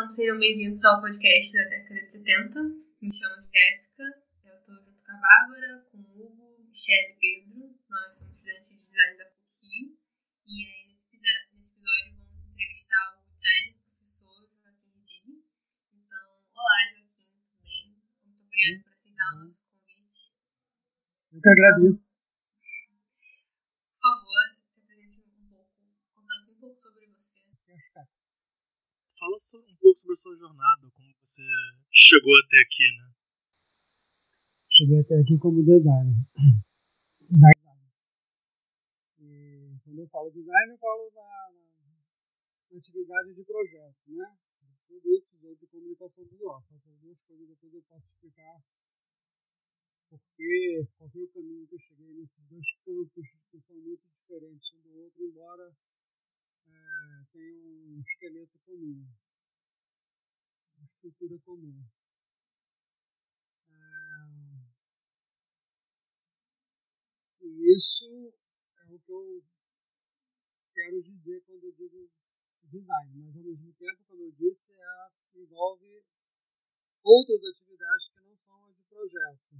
Sejam bem-vindos ao podcast da década de 70. Me chamo Jéssica, eu estou junto com a Bárbara, com o Hugo, Michelle e Pedro. Nós somos estudantes de design da PUC-Rio. E aí, nesse episódio, vamos entrevistar o designer e professor Joaquim Redini. Então, olá, Joaquim, tudo bem? Muito obrigada por aceitar o nosso convite. Eu que agradeço. Por favor, se apresente contando um pouco sobre você. Fala um pouco sobre a sua jornada, como você chegou até aqui, né? Cheguei até aqui como designer. E quando eu falo design, eu falo na atividade de projeto, né? De produtos ou de comunicação visual. Essas duas coisas depois eu posso explicar qual foi o caminho que eu cheguei nesses dois campos que são muito diferentes um do outro, embora tenham um esqueleto comum. Estrutura comum. E isso é o que eu quero dizer quando eu digo design, mas ao mesmo tempo, como eu disse, envolve outras atividades que não são as de projeto,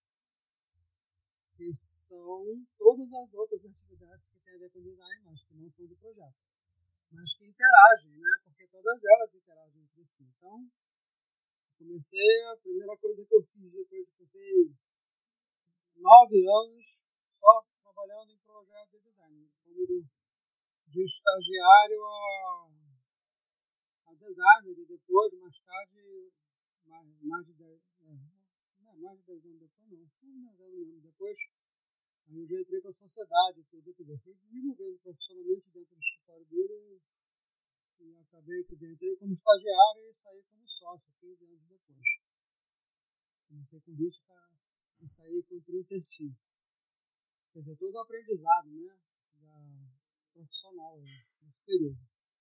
que são todas as outras atividades que têm a ver com design, mas que não são de projeto, mas que interagem, né? Porque todas elas interagem entre si. Então, a primeira coisa que eu fiz depois que eu fiz 9 anos só trabalhando em projeto de design, como de estagiário a designer, e depois, mais tarde, mais de 10 anos depois, aí eu já entrei para a sociedade, tudo, eu fui desenvolvendo profissionalmente dentro do escritório dele e acabei, entrei como estagiário e saí como sócio 15 anos depois. Comecei com 20 e saí com 35. Quer dizer, todo o aprendizado, né, profissional nesse período.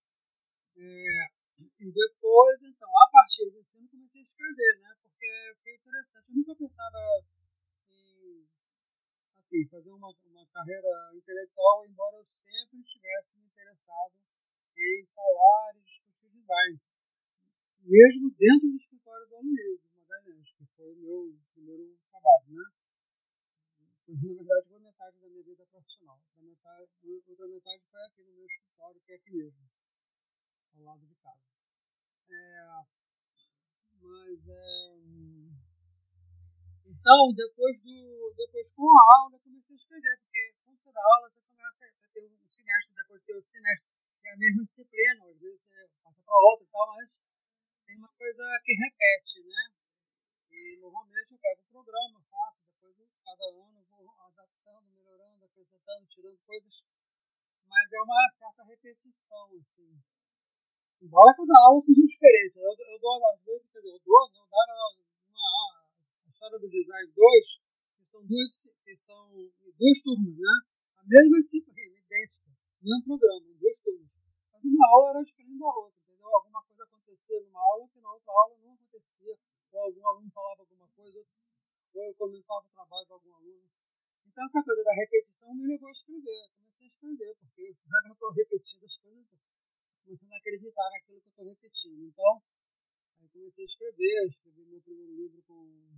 E depois, então, a partir do ensino, comecei a escrever, né, porque foi interessante. Eu nunca pensava em fazer uma carreira intelectual, embora eu sempre estivesse me interessado em falar e discutir design. Mesmo dentro do escritório do Aloysio Magalhães, que foi o meu primeiro trabalho, né? Na verdade, foi metade da minha vida profissional. Outra metade foi aqui no meu escritório, que é aqui mesmo, ao lado de casa. Então, depois com a aula, eu comecei a escrever, porque quando você dá aula, você começa a ter um semestre, depois ter outro semestre, que é a mesma disciplina, às vezes você passa para outra e tal, mas tem uma coisa que repete, né? E normalmente eu pego o programa, faço, depois cada ano eu vou adaptando, melhorando, acrescentando, tirando coisas, mas é uma certa repetição, assim. Embora cada aula seja diferente. Eu dou, às vezes, eu dou uma história do design 2, que são duas turmas, né? A mesma disciplina, idêntica, mesmo programa, em duas turmas. Mas uma aula era diferente da outra, entendeu? Alguma coisa acontecia numa aula que na outra aula não acontecia, ou algum aluno falava alguma coisa, ou eu comentava o trabalho de algum aluno. Então essa coisa da repetição me levou a escrever. Eu comecei a escrever, porque já que eu estou repetindo as coisas, começando a acreditar naquilo que eu estou repetindo. Então, aí comecei a escrevi meu primeiro livro com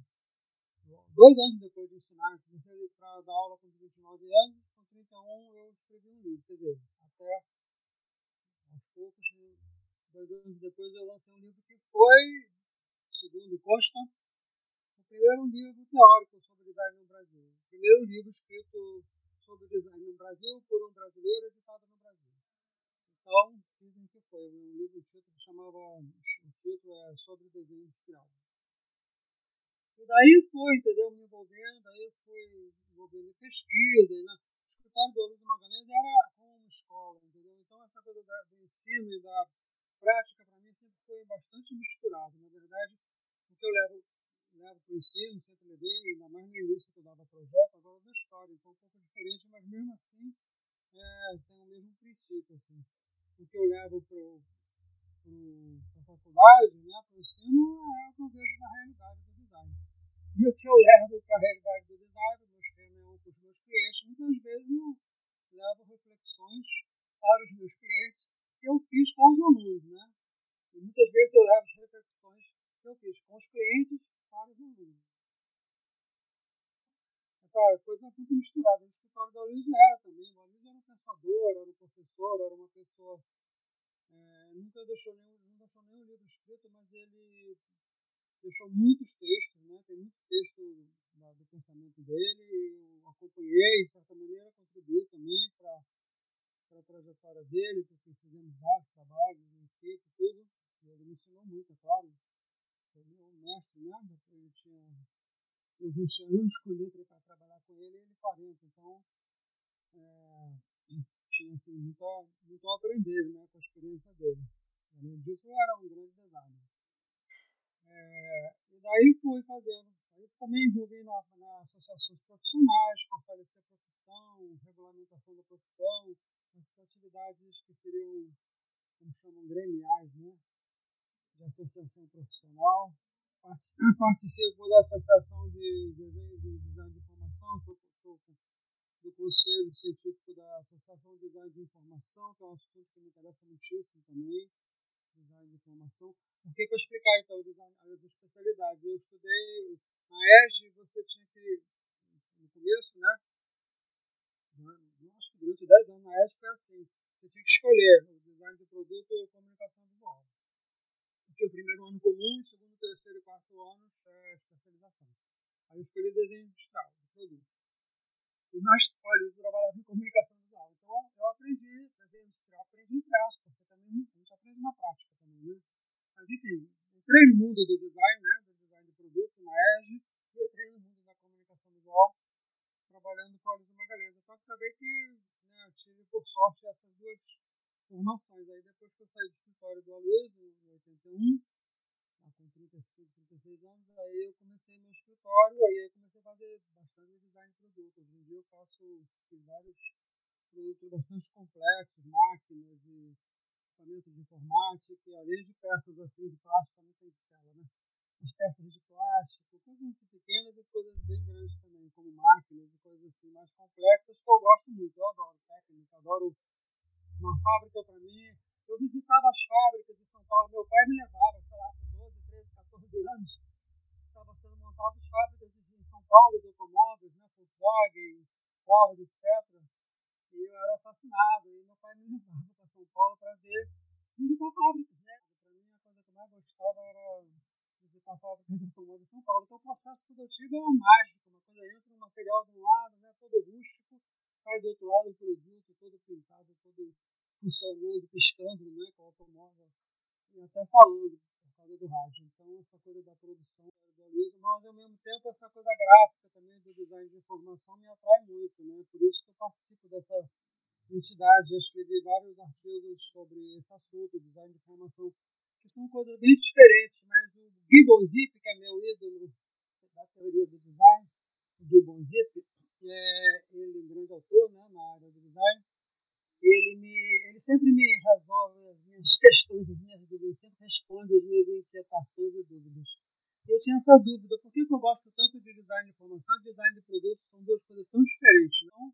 2 anos depois de ensinar. Comecei a dar aula com 29 anos, com 31 eu escrevi um livro. Quer dizer, até aos poucos, 2 anos depois eu lancei um livro que foi, segundo consta, o primeiro livro teórico sobre design no Brasil. O primeiro livro escrito sobre design no Brasil por um brasileiro editado no Brasil. Então, dizem que foi um livro, o título é sobre desenho industrial. E daí fui, entendeu, me envolvendo, em pesquisa, e o escritório do Aloysio Magalhães era como uma escola, entendeu? Então essa coisa do ensino e da prática para mim sempre foi bastante misturado. Na verdade, o que eu levo para o ensino, sempre levei, ainda mais no início que eu dava projeto, agora da história, então um pouco diferente, mas mesmo assim tem o mesmo princípio, assim. O que eu levo para a faculdade, né, para o ensino, é o que eu vejo na realidade do design. E o que eu levo para a realidade do design, meus reuniões com os meus clientes, muitas vezes eu levo reflexões para os meus clientes que eu fiz com os alunos, né? E muitas vezes eu levo essa coisa muito misturada. O escritório do Aloysio era também. O Aloysio era um pensador, era um professor, era uma pessoa... nunca deixou nenhum livro escrito, mas ele deixou muitos textos, né? Tem muito texto do pensamento dele. Eu acompanhei, de certa maneira, contribuí também para a trajetória dele, porque fizemos vários trabalhos em equipe, tudo. E ele me ensinou muito, é claro. Ele é um mestre, né? Ele tinha 20 anos, quando eu entrei para trabalhar com ele, ele 40. Então, tinha assim, muito a aprender, né, com a experiência dele. Além disso, eu era um grande designer. E daí fui fazendo. Aí também envolvi nas associações profissionais, fortalecer a profissão, regulamentação da profissão, as atividades que seriam, como chamam, gremiais, né, de associação profissional. Participo da Associação de Desenho de Design de Informação, sou do Conselho Científico da Associação de Design de Informação, que é um assunto que me interessa muitíssimo também, design de informação. Porque para explicar então as especialidades, eu estudei na ESG, você tinha que, no começo, né, acho que durante 10 anos na ESG foi assim, você tinha que escolher o design de produto ou comunicação visual. Tinha o primeiro ano comum, o segundo, terceiro e quarto anos especialização. Aí eu escolhi desenho industrial, de produto. E mais, olha, eu trabalhava em comunicação visual. Então eu aprendi desenho industrial, aprendi entre aspas, porque também a gente aprende na prática também, né? Mas enfim, entrei no mundo do design, né? Do design de produto, na ESG, e entrei no mundo da comunicação visual, trabalhando com a Luísa Magalhães. Só que acabei que, né, tive, por sorte, essas duas formações. Aí depois que eu saí do escritório do Aloysio, em 81, com 35, 36 anos, aí eu comecei meu escritório, aí eu comecei a fazer bastante design de produto. Hoje em dia eu faço vários produtos bastante complexos, máquinas e equipamentos de informática, além de peças assim de plástico, não tem tela, né? As peças de plástico, coisas assim pequenas e coisas bem grandes também, como máquinas e coisas assim mais complexas que eu gosto muito. Eu adoro técnica, adoro uma fábrica para mim. Eu visitava as fábricas de São Paulo, meu pai me levava, sei lá, com 12, 13, 14 anos. Estava sendo montadas fábricas em São Paulo de automóveis, né, Volkswagen, Ford, etc. E eu era fascinado. E meu pai me levava para São Paulo para visitar fábricas, né? Para mim, a coisa que eu mais gostava era visitar fábricas de automóveis em São Paulo. Então, o processo produtivo é um mágico. Uma coisa entra no material de um lado, né, todo rústico, sai do outro lado o produto, todo pintado, todo funcionando, piscando, né, com o automóvel, e até falando por causa do rádio. Então, essa coisa da produção do Aloysio, mas ao mesmo tempo essa coisa gráfica também do design de informação me atrai muito, né? Por isso que eu participo dessa entidade. Eu escrevi vários artigos sobre esse assunto, design de informação, que são coisas bem diferentes, mas o Gibbon Zip, que é meu ídolo da teoria do design, o Gibbon Zip, que ele é um grande autor, né, na área do design, ele sempre me resolve as minhas questões, as minhas dúvidas, sempre responde as minhas inquietações e dúvidas. E eu tinha essa dúvida, por que eu gosto tanto de design de informação e design de produtos? São duas coisas tão diferentes, não?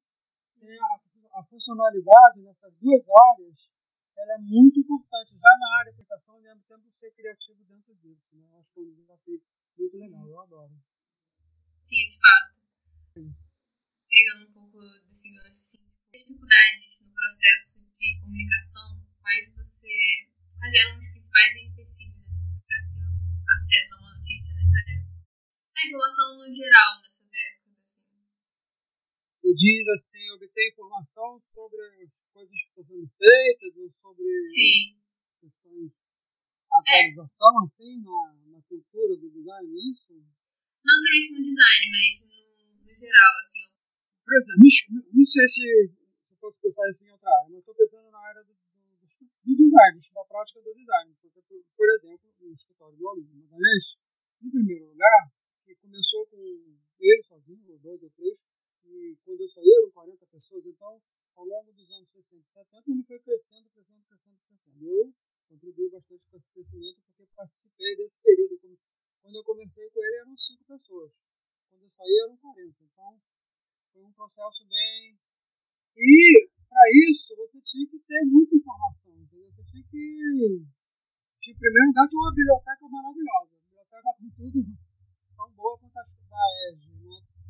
A funcionalidade nessas duas áreas, ela é muito importante, já na área de aplicação, ao mesmo tempo ser criativo dentro disso, né? Eu acho que é um desafio muito legal, eu adoro. Sim, de fato. Pegando um pouco desse gancho, assim, as dificuldades no processo de comunicação, quais eram os principais empecilhos, assim, para ter acesso a uma notícia nessa época? A informação no geral nessa década, assim. Você diz assim, obter informação sobre as coisas que estão sendo feitas, ou sobre questões de atualização, assim, na cultura do design, isso? Não somente no design, mas no geral, assim. Por exemplo, não sei se eu posso pensar isso em outra área, mas estou pensando na área do design, da prática do design. Porque, por exemplo, o escritório do Aloysio Magalhães, em primeiro lugar, que começou com ele sozinho, ou 2 ou 3, e quando eu saí eram 40 pessoas, então ao longo dos anos 60 e 70 ele foi crescendo. Eu contribuí bastante com esse crescimento porque participei desse período. Quando eu comecei com ele eram 5 pessoas, quando eu saí eram 40, então foi um processo bem... E para isso você tinha que ter muita informação, entendeu? Você tinha que... em primeiro lugar, tinha uma biblioteca maravilhosa, uma biblioteca com tudo tão boa quanto a da ESG, né?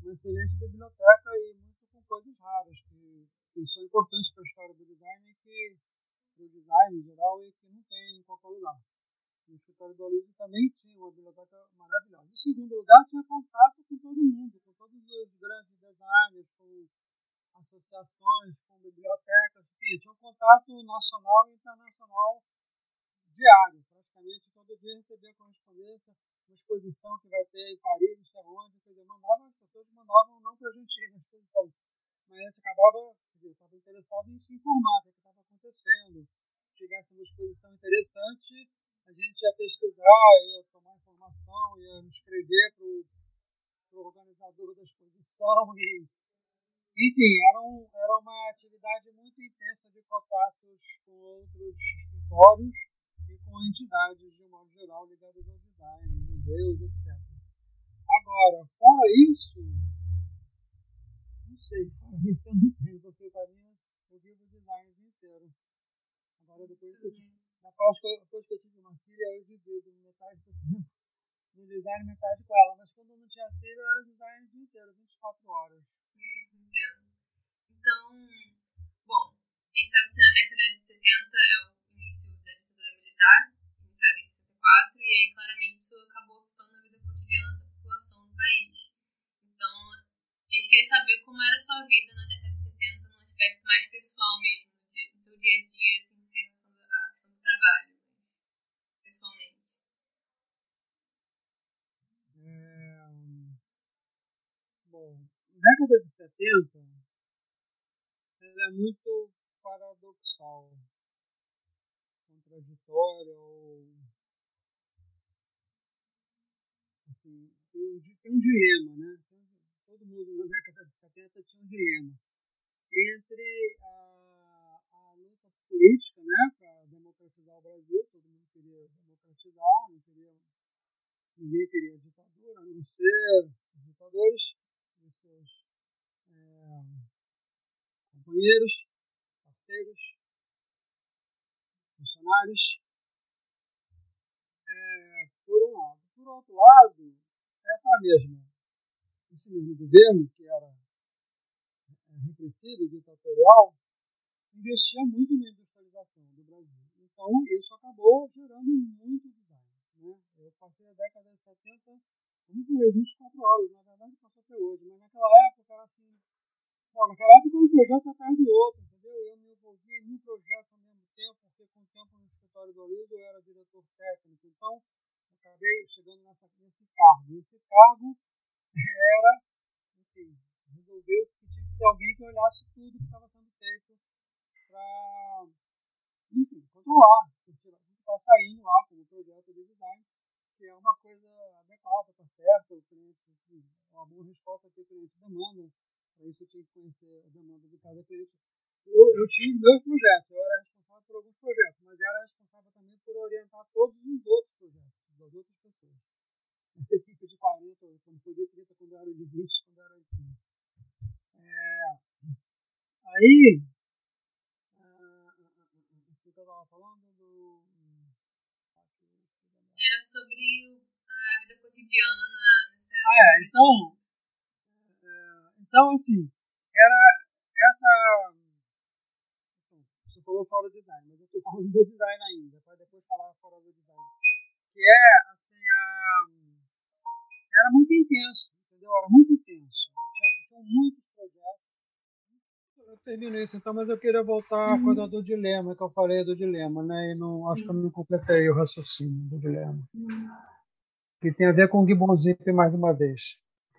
uma excelente biblioteca e muito com coisas raras que são importantes para a história do design e que do design em geral e que não tem em qualquer lugar. O escritório do Aloysio também tinha uma biblioteca maravilhosa. Em segundo lugar, tinha contato com todo mundo, com todos os grandes designers, com associações, com bibliotecas, enfim, tinha um contato nacional e internacional diário. Praticamente todo dia recebia correspondência, uma exposição que vai ter em Paris, não sei onde, quer dizer, as pessoas mandavam não para a gente ir na exposição, mas a gente estava interessado em se informar o que estava acontecendo. Se tivesse uma exposição interessante, a gente ia pesquisar, ia tomar informação, ia escrever para o organizador da exposição. E, enfim, era uma atividade muito intensa de contatos com outros escritórios e com entidades, de um modo geral, ligadas ao design, museus, etc. Agora, fora isso, não sei, fora isso eu não tenho, porque para mim eu vivo o design o dia inteiro. Agora, depois que eu tive uma filha, eu vivi metade do tempo no design, metade com ela. Mas quando eu não tinha filha, eu era design o dia inteiro, 24 horas. Entendo. Então, bom, a gente sabe que na década de 70 é o início da ditadura militar, iniciada em 64, e aí claramente isso acabou afetando a vida cotidiana da população do país. Então, a gente queria saber como era a sua vida na década de 70, no aspecto mais pessoal mesmo, no seu dia a dia, sem ser a questão do trabalho, mas pessoalmente. Bom, a década de 70 ela é muito paradoxal, contraditória, ou assim, tem um dilema, né? Todo mundo na década de 70 tinha um dilema entre a luta política, né, para democratizar o Brasil. Todo mundo queria democratizar, ninguém queria ditadura, a não ser os ditadores e os seus companheiros, parceiros, funcionários, por um lado. Por outro lado, esse mesmo governo, que era repressivo e ditatorial, investia muito na industrialização do Brasil. Então, isso acabou gerando muito design. Né? Eu passei a década de 70, como falei, 24 horas, na verdade passou até hoje, mas naquela época era assim. Bom, naquela época um projeto atrás do outro, entendeu? Eu me envolvi em 1000 projetos ao mesmo tempo, porque com o tempo no escritório do Aloysio eu era diretor técnico, então eu acabei chegando nesse cargo. Esse cargo era, enfim, resolveu que tinha que ter alguém que olhasse tudo que estava sendo feito para, enfim, controlar o que está saindo lá como projeto de design, que é uma coisa adequada, está certo, o cliente, assim, uma boa resposta que o cliente demanda. Para isso eu tinha que conhecer a demanda de cada cliente. Eu tinha os meus projetos, eu era responsável por alguns projetos, mas era responsável também por orientar todos os outros projetos, das outras pessoas. Essa equipe de 40, quando foi de 30, quando era de 20, quando era de 15. Aí, o que eu estava falando Era sobre a vida cotidiana nessa... Então, assim, era essa... Você falou fora do design, mas eu estou falando do design ainda, para depois falar fora do design. Que é, assim, era muito intenso, entendeu? Era muito intenso. Tinham muitos projetos. Eu termino isso, então, mas eu queria voltar à coisa do dilema, que eu falei do dilema, né? E não, acho que eu não completei o raciocínio do dilema. Que tem a ver com o Gibbon Zip mais uma vez.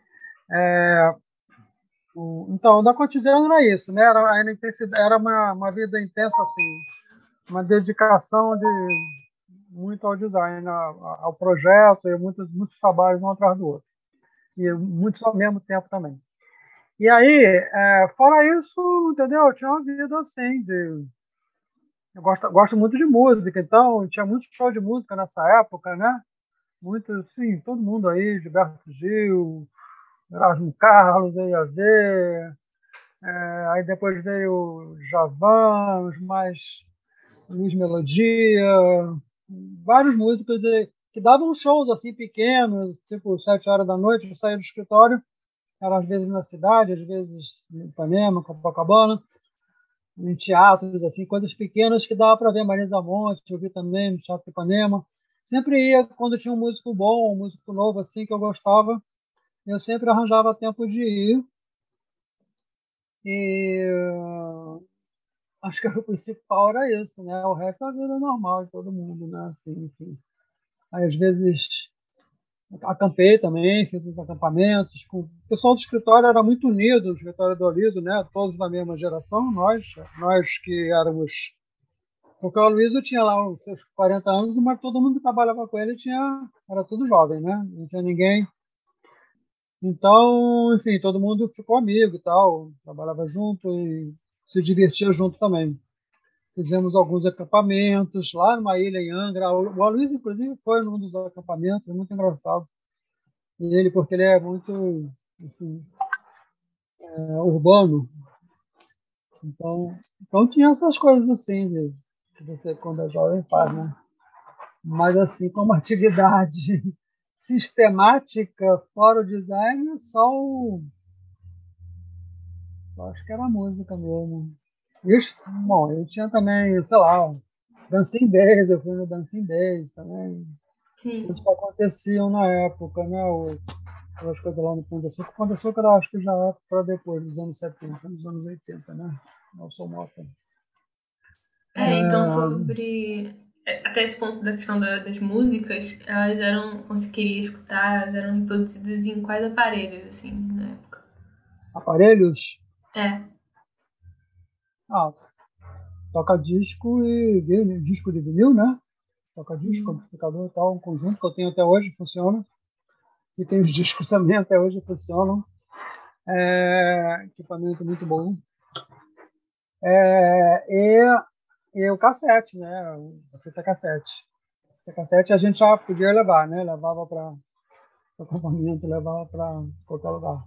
Então, da cotidiano era isso, né? Era uma vida intensa, assim, uma dedicação muito ao design, ao projeto, e muitos trabalhos um atrás do outro. E muitos ao mesmo tempo também. E aí, fora isso, entendeu? Eu tinha uma vida assim, eu gosto muito de música, então tinha muito show de música nessa época, né? Muito, sim, todo mundo aí, Gilberto Gil, Erasmo Carlos, EAZ, aí depois veio Djavan, mais Luiz Melodia, vários músicos que davam shows assim pequenos, tipo 7 horas da noite, eu saía do escritório, era às vezes na cidade, às vezes em Ipanema, Copacabana, em teatros, assim, coisas pequenas que dava para ver. Marisa Monte, eu vi também no Teatro de Ipanema. Sempre ia quando tinha um músico bom, um músico novo, assim, que eu gostava, eu sempre arranjava tempo de ir. E acho que o principal era isso, né? O resto é a vida normal de todo mundo, né? Assim, enfim. Aí, às vezes, acampei também, fiz os acampamentos. O pessoal do escritório era muito unido, o escritório do Oliso, né? Todos da mesma geração, nós que éramos. Porque o Aloysio tinha lá os seus 40 anos, mas todo mundo que trabalhava com ele era tudo jovem, né? Não tinha ninguém. Então, enfim, todo mundo ficou amigo e tal, trabalhava junto e se divertia junto também. Fizemos alguns acampamentos lá numa ilha em Angra. O Aloysio, inclusive, foi num dos acampamentos, muito engraçado. E ele, porque ele é muito, assim, urbano. Então tinha essas coisas assim, que você, quando é jovem, faz, né? Mas, assim, como atividade sistemática, fora o design, acho que era música mesmo. Isso, bom, eu tinha também, sei lá, Dancing Days, eu fui no Dancing Days também. Sim. Coisas que aconteciam na época, né? Aquelas coisas lá no Pão de Açúcar. O Pão de Açúcar eu acho que já é para depois, dos anos 70, nos anos 80, né? Nelson Mota. Então sobre até esse ponto da questão das músicas, elas eram, quando você queria escutar, elas eram reproduzidas em quais aparelhos, assim, na época? Aparelhos? É. Ah, toca disco e disco de vinil, né? Toca disco, amplificador e tal, um conjunto que eu tenho até hoje, funciona. E tem os discos também até hoje funcionam. Equipamento muito bom. E o cassete, né? A fita cassete. A fita cassete a gente já podia levar, né? Levava para o acampamento, levava para qualquer lugar.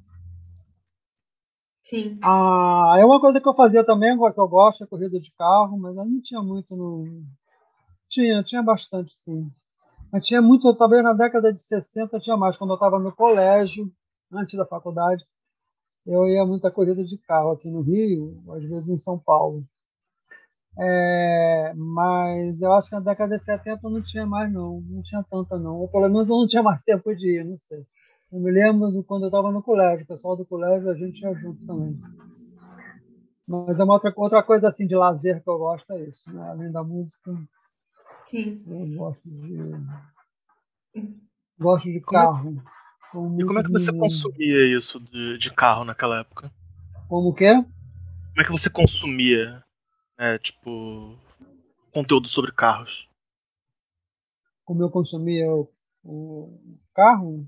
Sim. É uma coisa que eu fazia também, que eu gosto, é corrida de carro, mas eu não tinha muito no... Tinha bastante, sim. Mas tinha muito, talvez na década de 60 tinha mais. Quando eu estava no colégio, antes da faculdade, eu ia muita corrida de carro aqui no Rio, às vezes em São Paulo. Mas eu acho que na década de 70 não tinha mais, não tinha tanta, não. Ou pelo menos eu não tinha mais tempo de ir, não sei. Eu me lembro de quando eu estava no colégio, o pessoal do colégio a gente ia junto também. Mas é uma outra coisa assim de lazer que eu gosto, é isso, né? Além da música, Sim. eu gosto de Como é, carro. Com e como é muitos que você meninos. consumia isso de carro naquela época? Como que é? Como é que você consumia, tipo, conteúdo sobre carros? Como eu consumia o carro?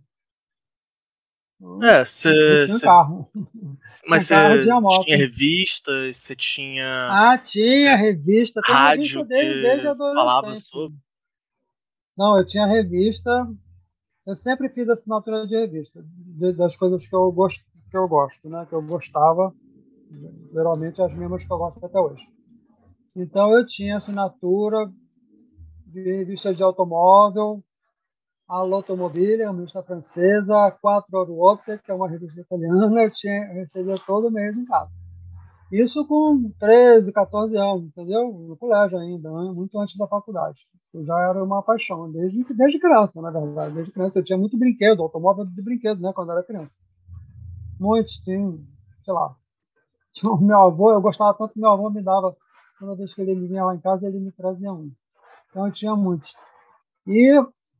Não Você. tinha carro. Tinha Mas carro, você tinha tinha moto. revistas, você tinha Tinha revista. Tem revista rádio desde que falava adolescente. sobre. Não, eu tinha revista. Eu sempre fiz assinatura de revista. Das coisas que eu gosto, né? Que eu gostava. Geralmente as mesmas que eu gosto até hoje. Então eu tinha assinatura de revistas de automóvel, a L'Automobile, uma revista francesa, a Quattro Ruote, que é uma revista italiana, eu recebia todo mês em casa. Isso com 13, 14 anos, entendeu? No colégio ainda, né? Muito antes da faculdade. Eu já era uma paixão, desde criança, na verdade. Desde criança eu tinha muito brinquedo, automóvel de brinquedo, né? Quando eu era criança. Muitos, tinha, sei lá. Tinha o meu avô, eu gostava tanto que meu avô me dava, toda vez que ele vinha lá em casa, ele me trazia um. Então eu tinha muitos. E,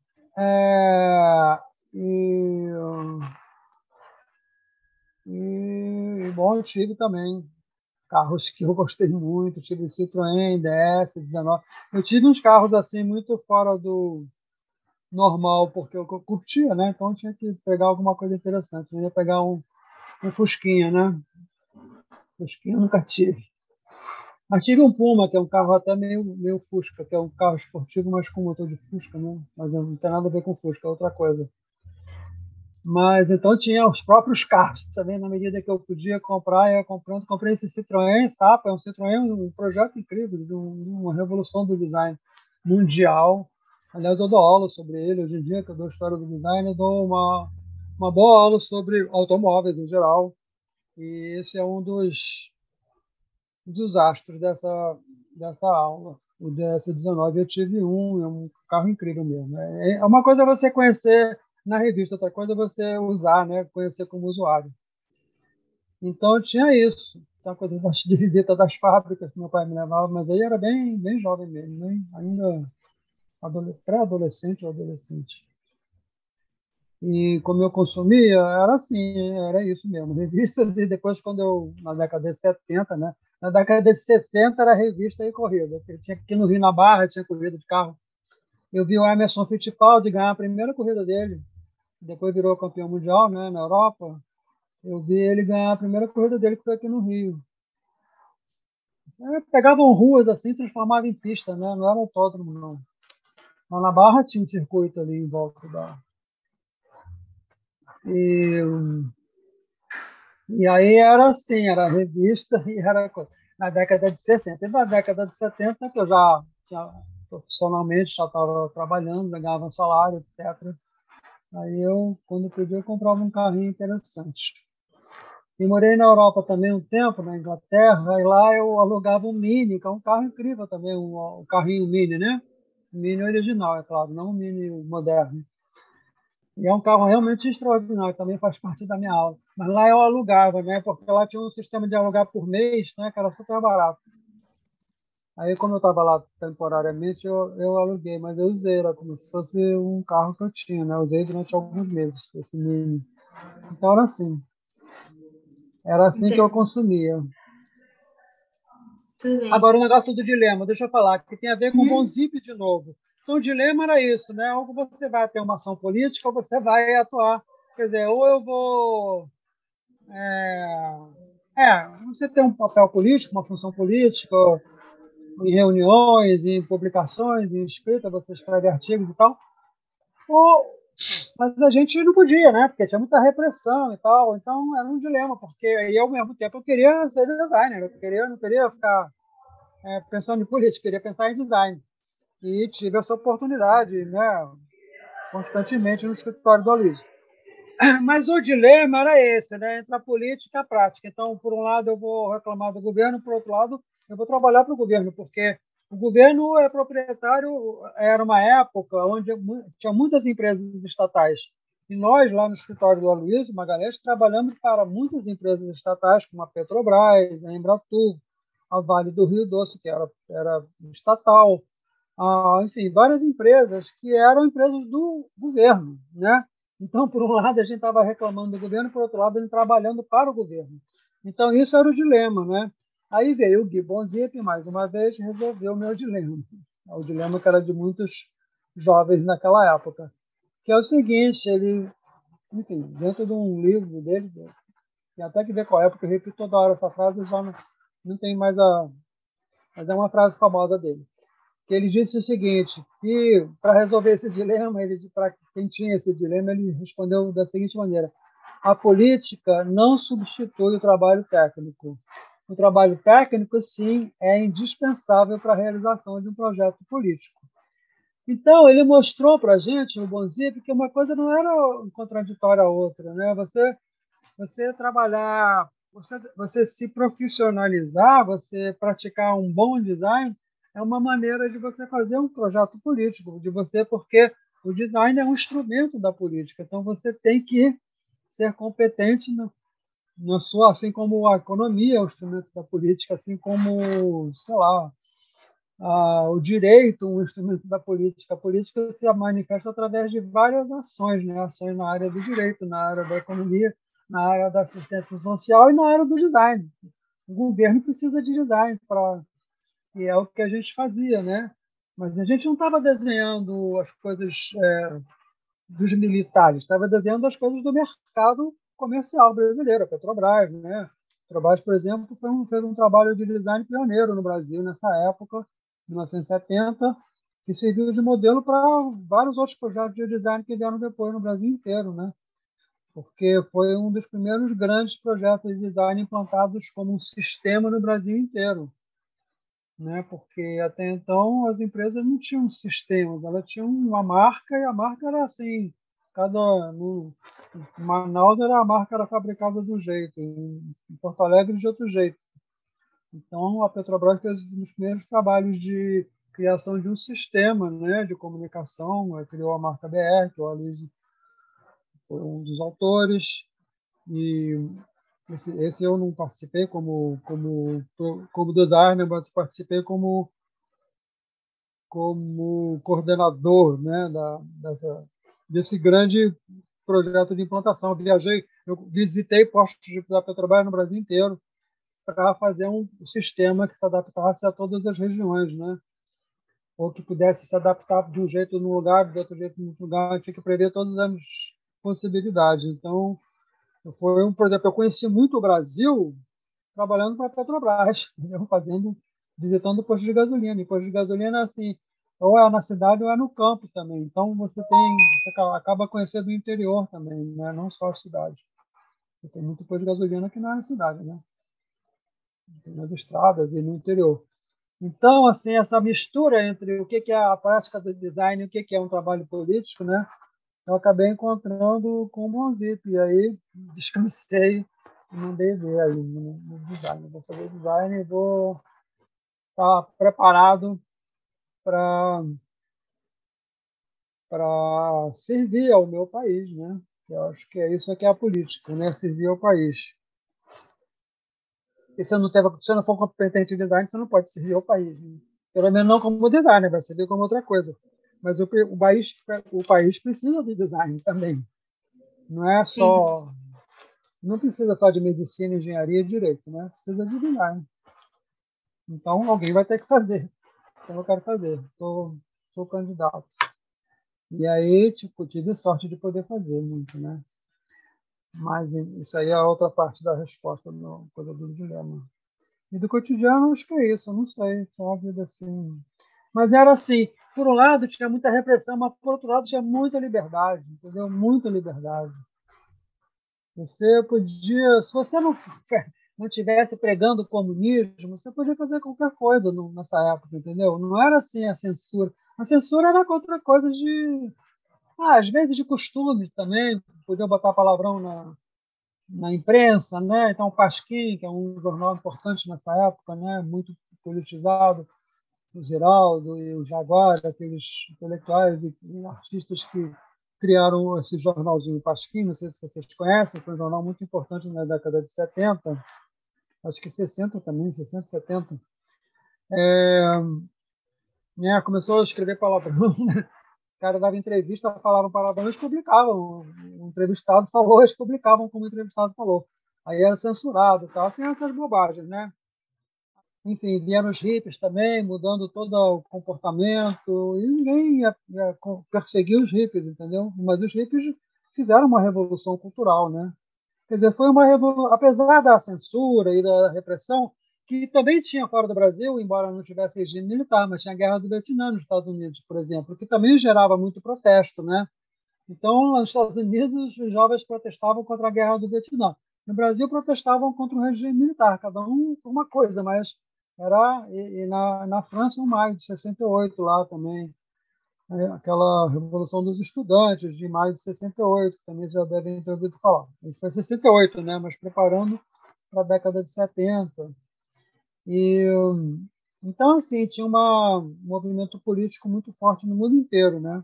é, e, bom, eu tive também carros que eu gostei muito, tive o Citroën DS19. Eu tive uns carros assim muito fora do normal, porque eu curtia, né? Então eu tinha que pegar alguma coisa interessante. Eu ia pegar um Fusquinha, né? Fusquinha eu nunca tive. Mas tive um Puma, que é um carro até meio Fusca, que é um carro esportivo, mas com motor de Fusca, né? Mas não tem nada a ver com Fusca, é outra coisa. Mas então tinha os próprios carros também, na medida que eu podia comprar, ia comprando. Comprei esse Citroën Sapa, é um Citroën, um projeto incrível, de uma revolução do design mundial. Aliás, eu dou aula sobre ele hoje em dia, que eu dou história do design, eu dou uma boa aula sobre automóveis em geral. E esse é um dos astros dessa aula. O DS-19 eu tive é um carro incrível mesmo. É uma coisa você conhecer na revista, outra coisa é você usar, né? Conhecer como usuário. Então tinha isso. Uma coisa de visita das fábricas que meu pai me levava, mas aí era bem jovem mesmo, né? Ainda pré-adolescente ou adolescente. E como eu consumia, era assim, era isso mesmo, revistas, e depois na década de 70, né? Na década de 60 era revista e corrida. Eu tinha aqui no Rio, na Barra, tinha corrida de carro. Eu vi o Emerson Fittipaldi ganhar a primeira corrida dele, depois virou campeão mundial, né, na Europa. Eu vi ele ganhar a primeira corrida dele, que foi aqui no Rio. Pegavam ruas assim, transformavam em pista, né? Não era autódromo, não. Mas na Barra tinha um circuito ali em volta da. E E aí era assim, era revista e era na década de 60. E na década de 70, que eu já profissionalmente já estava trabalhando, ganhava um salário, etc. Aí eu, quando podia, eu comprava um carrinho interessante. E morei na Europa também um tempo, na Inglaterra, e lá eu alugava um Mini, que é um carro incrível também, um carrinho Mini, né? Um Mini original, é claro, não um Mini moderno. E é um carro realmente extraordinário, também faz parte da minha aula. Mas lá eu alugava, né? Porque lá tinha um sistema de alugar por mês, né? Que era super barato. Aí, como eu estava lá temporariamente, eu aluguei, mas eu usei, era como se fosse um carro que eu tinha, né? Eu usei durante alguns meses, esse Mini. Então era assim. Era assim que eu Entendo. consumia. Tudo bem. Agora, o negócio do dilema, deixa eu falar, que tem a ver com o Uhum. Bonzip de novo. Então, o dilema era isso, né? Ou você vai ter uma ação política, ou você vai atuar. Quer dizer, ou eu vou você tem um papel político, uma função política, em reuniões, em publicações, em escrita, você escreve artigos e tal. Ou, mas a gente não podia, né? Porque tinha muita repressão e tal. Então era um dilema, porque aí ao mesmo tempo eu queria ser designer, não queria ficar pensando em política, queria pensar em design. E tive essa oportunidade, né? Constantemente no escritório do Aloysio. Mas o dilema era esse, né? Entre a política e a prática. Então, por um lado, eu vou reclamar do governo, por outro lado, eu vou trabalhar para o governo, porque o governo é proprietário, era uma época onde tinha muitas empresas estatais. E nós, lá no escritório do Aloysio Magalhães, trabalhamos para muitas empresas estatais, como a Petrobras, a Embratur, a Vale do Rio Doce, que era estatal, enfim, várias empresas que eram empresas do governo, né? Então, por um lado, a gente estava reclamando do governo, por outro lado, ele trabalhando para o governo. Então, isso era o dilema, né? Aí veio o Gui Bonzip, mais uma vez, resolveu o meu dilema. O dilema que era de muitos jovens naquela época. Que é o seguinte, ele, enfim, dentro de um livro dele, tem até que ver qual é, porque eu repito toda hora essa frase, já não tem mais mas é uma frase famosa dele. Que ele disse o seguinte, que para resolver esse dilema, para quem tinha esse dilema, ele respondeu da seguinte maneira: a política não substitui o trabalho técnico. O trabalho técnico, sim, é indispensável para a realização de um projeto político. Então, ele mostrou para a gente, o Bonzip, que uma coisa não era contraditória à outra, né? Você trabalhar, você se profissionalizar, você praticar um bom design, é uma maneira de você fazer um projeto político, porque o design é um instrumento da política, então você tem que ser competente na sua, assim como a economia é um instrumento da política, assim como, sei lá, o direito, um instrumento da política. A política se manifesta através de várias ações, né? Ações na área do direito, na área da economia, na área da assistência social e na área do design. O governo precisa de design que é o que a gente fazia, né? Mas a gente não estava desenhando as coisas dos militares, estava desenhando as coisas do mercado comercial brasileiro, a Petrobras, né? A Petrobras, por exemplo, fez um trabalho de design pioneiro no Brasil nessa época, 1970, que serviu de modelo para vários outros projetos de design que vieram depois no Brasil inteiro, né? Porque foi um dos primeiros grandes projetos de design implantados como um sistema no Brasil inteiro, né? Porque até então as empresas não tinham sistemas, elas tinham uma marca e a marca era assim, Em Manaus a marca era fabricada de um jeito, em Porto Alegre de outro jeito. Então a Petrobras fez um dos primeiros trabalhos de criação de um sistema, né, de comunicação, criou a marca BR, que o Aloysio foi um dos autores, e esse eu não participei como designer, mas participei como coordenador, né, desse grande projeto de implantação. Eu visitei postos da Petrobras no Brasil inteiro para fazer um sistema que se adaptasse a todas as regiões, né? Ou que pudesse se adaptar de um jeito num lugar, de outro jeito em outro lugar, tinha que prever todas as possibilidades. Então, por exemplo, eu conheci muito o Brasil trabalhando para a Petrobras, visitando postos de gasolina. E postos de gasolina, assim, ou é na cidade ou é no campo também. Então, você acaba conhecendo o interior também, né? Não só a cidade. Tem muito posto de gasolina que não é na cidade, né? Tem nas estradas e no interior. Então, assim, essa mistura entre o que é a prática do design e o que é um trabalho político, né? Eu acabei encontrando com o Bonzip. E aí, descansei e mandei ver aí no design. Eu vou fazer design e vou estar preparado para servir ao meu país, né? Eu acho que é isso que é a política, né? Servir ao país. E se você não for competente em design, você não pode servir ao país, né? Pelo menos não como designer, vai servir como outra coisa. Mas o país precisa de design também. Não é só... Sim. Não precisa só de medicina, engenharia e direito, né? Precisa de design. Então, alguém vai ter que fazer. Então, eu quero fazer. Sou candidato. E aí, tive sorte de poder fazer muito, né? Mas isso aí é a outra parte da resposta no coisa do dilema. E do cotidiano, acho que é isso. Eu não sei, só a vida assim. Mas era assim, por um lado tinha muita repressão, mas por outro lado tinha muita liberdade, entendeu? Muita liberdade. Você podia, se você não tivesse pregando o comunismo, você podia fazer qualquer coisa nessa época, entendeu? Não era assim a censura. A censura era contra coisas às vezes de costume também, podiam botar palavrão na imprensa, né? Então o Pasquim, que é um jornal importante nessa época, né? Muito politizado, o Geraldo e o Jaguar, aqueles intelectuais e artistas que criaram esse jornalzinho Pasquim, não sei se vocês conhecem, foi um jornal muito importante na década de 70, acho que 60 também, 60, 70. Começou a escrever palavrão, né? O cara dava entrevista, falava palavrão, eles publicavam. O entrevistado falou, eles publicavam como o entrevistado falou. Aí era censurado, tal, assim, essas bobagens, né? Enfim, vieram os hippies também, mudando todo o comportamento, e ninguém ia perseguir os hippies, entendeu? Mas os hippies fizeram uma revolução cultural, né? Quer dizer, foi uma revolução, apesar da censura e da repressão, que também tinha fora do Brasil, embora não tivesse regime militar, mas tinha a Guerra do Vietnã nos Estados Unidos, por exemplo, que também gerava muito protesto, né? Então, nos Estados Unidos, os jovens protestavam contra a Guerra do Vietnã. No Brasil, protestavam contra o regime militar, cada um por uma coisa, mas na França, o maio de 68, lá também, né? Aquela Revolução dos Estudantes de maio de 68, que também já devem ter ouvido falar. Isso foi 68, né? Mas preparando para a década de 70. E, então, assim, tinha um movimento político muito forte no mundo inteiro, né?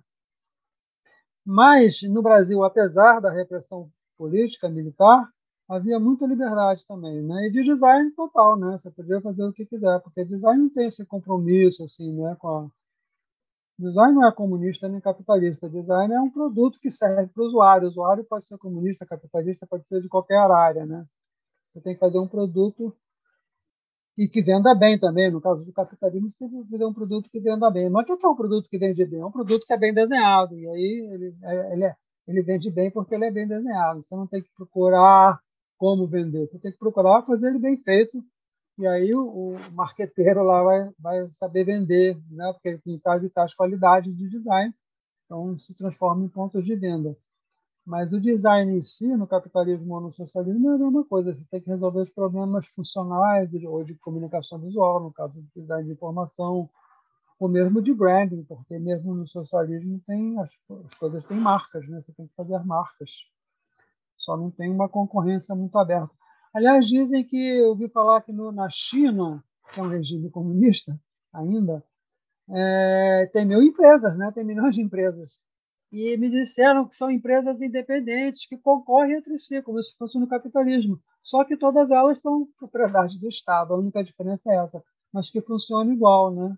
Mas, no Brasil, apesar da repressão política, militar, havia muita liberdade também, né? E de design total, né? Você podia fazer o que quiser, porque design não tem esse compromisso, assim, né? Design não é comunista nem capitalista. Design é um produto que serve para o usuário. O usuário pode ser comunista, capitalista, pode ser de qualquer área, né? Você tem que fazer um produto e que venda bem também. No caso do capitalismo, você tem que fazer um produto que venda bem. Mas o que é um produto que vende bem? É um produto que é bem desenhado. E aí ele vende bem porque ele é bem desenhado. Você não tem que procurar como vender. Você tem que procurar fazer ele bem feito. E aí o marqueteiro lá vai saber vender, né? Porque ele tem tais e tais qualidades de design. Então, se transforma em pontos de venda. Mas o design em si, no capitalismo ou no socialismo, é a mesma coisa. Você tem que resolver os problemas funcionais ou de comunicação visual, no caso do design de informação, ou mesmo de branding, porque mesmo no socialismo tem as coisas têm marcas, né? Você tem que fazer marcas. Só não tem uma concorrência muito aberta. Aliás, dizem que eu ouvi falar que na China, que é um regime comunista ainda, tem 1.000 empresas, né? Tem milhões de empresas. E me disseram que são empresas independentes que concorrem entre si, como se fosse no capitalismo. Só que todas elas são propriedade do Estado. A única diferença é essa, mas que funciona igual, né?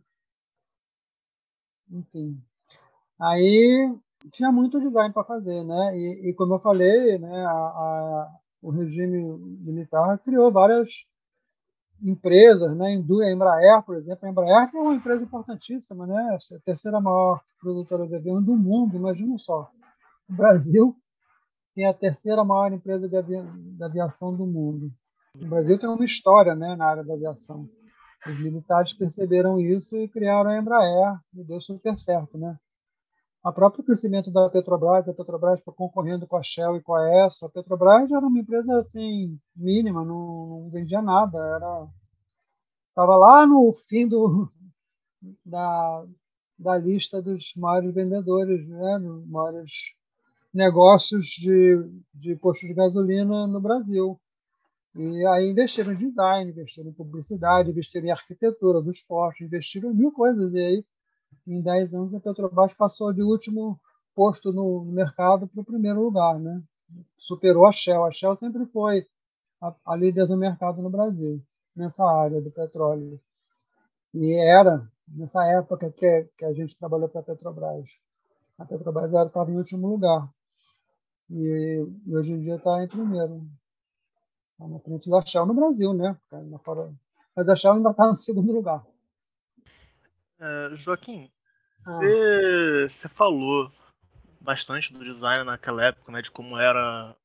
Enfim. Aí tinha muito design para fazer, né? E como eu falei, né, o regime militar criou várias empresas, né? A Embraer, por exemplo, a Embraer que é uma empresa importantíssima, né? É a terceira maior produtora de avião do mundo, imagina só. O Brasil tem a terceira maior empresa de aviação do mundo. O Brasil tem uma história, né, na área da aviação. Os militares perceberam isso e criaram a Embraer, e deu super certo, né? O próprio crescimento da Petrobras, a Petrobras foi concorrendo com a Shell e com a Esso. A Petrobras era uma empresa assim mínima, não vendia nada, estava lá no fim da, da lista dos maiores vendedores, né, dos maiores negócios de postos de gasolina no Brasil. E aí investiram em design, investiram em publicidade, investiram em arquitetura dos postos, investiram em mil coisas. E aí, em 10 anos, a Petrobras passou de último posto no mercado para o primeiro lugar, né? Superou a Shell. A Shell sempre foi a líder do mercado no Brasil, nessa área do petróleo. E era, nessa época que a gente trabalhou para a Petrobras. A Petrobras estava em último lugar. E hoje em dia está em primeiro. Está na frente da Shell no Brasil, né? Mas a Shell ainda está no segundo lugar. Joaquim, você falou bastante do design naquela época, né? De como era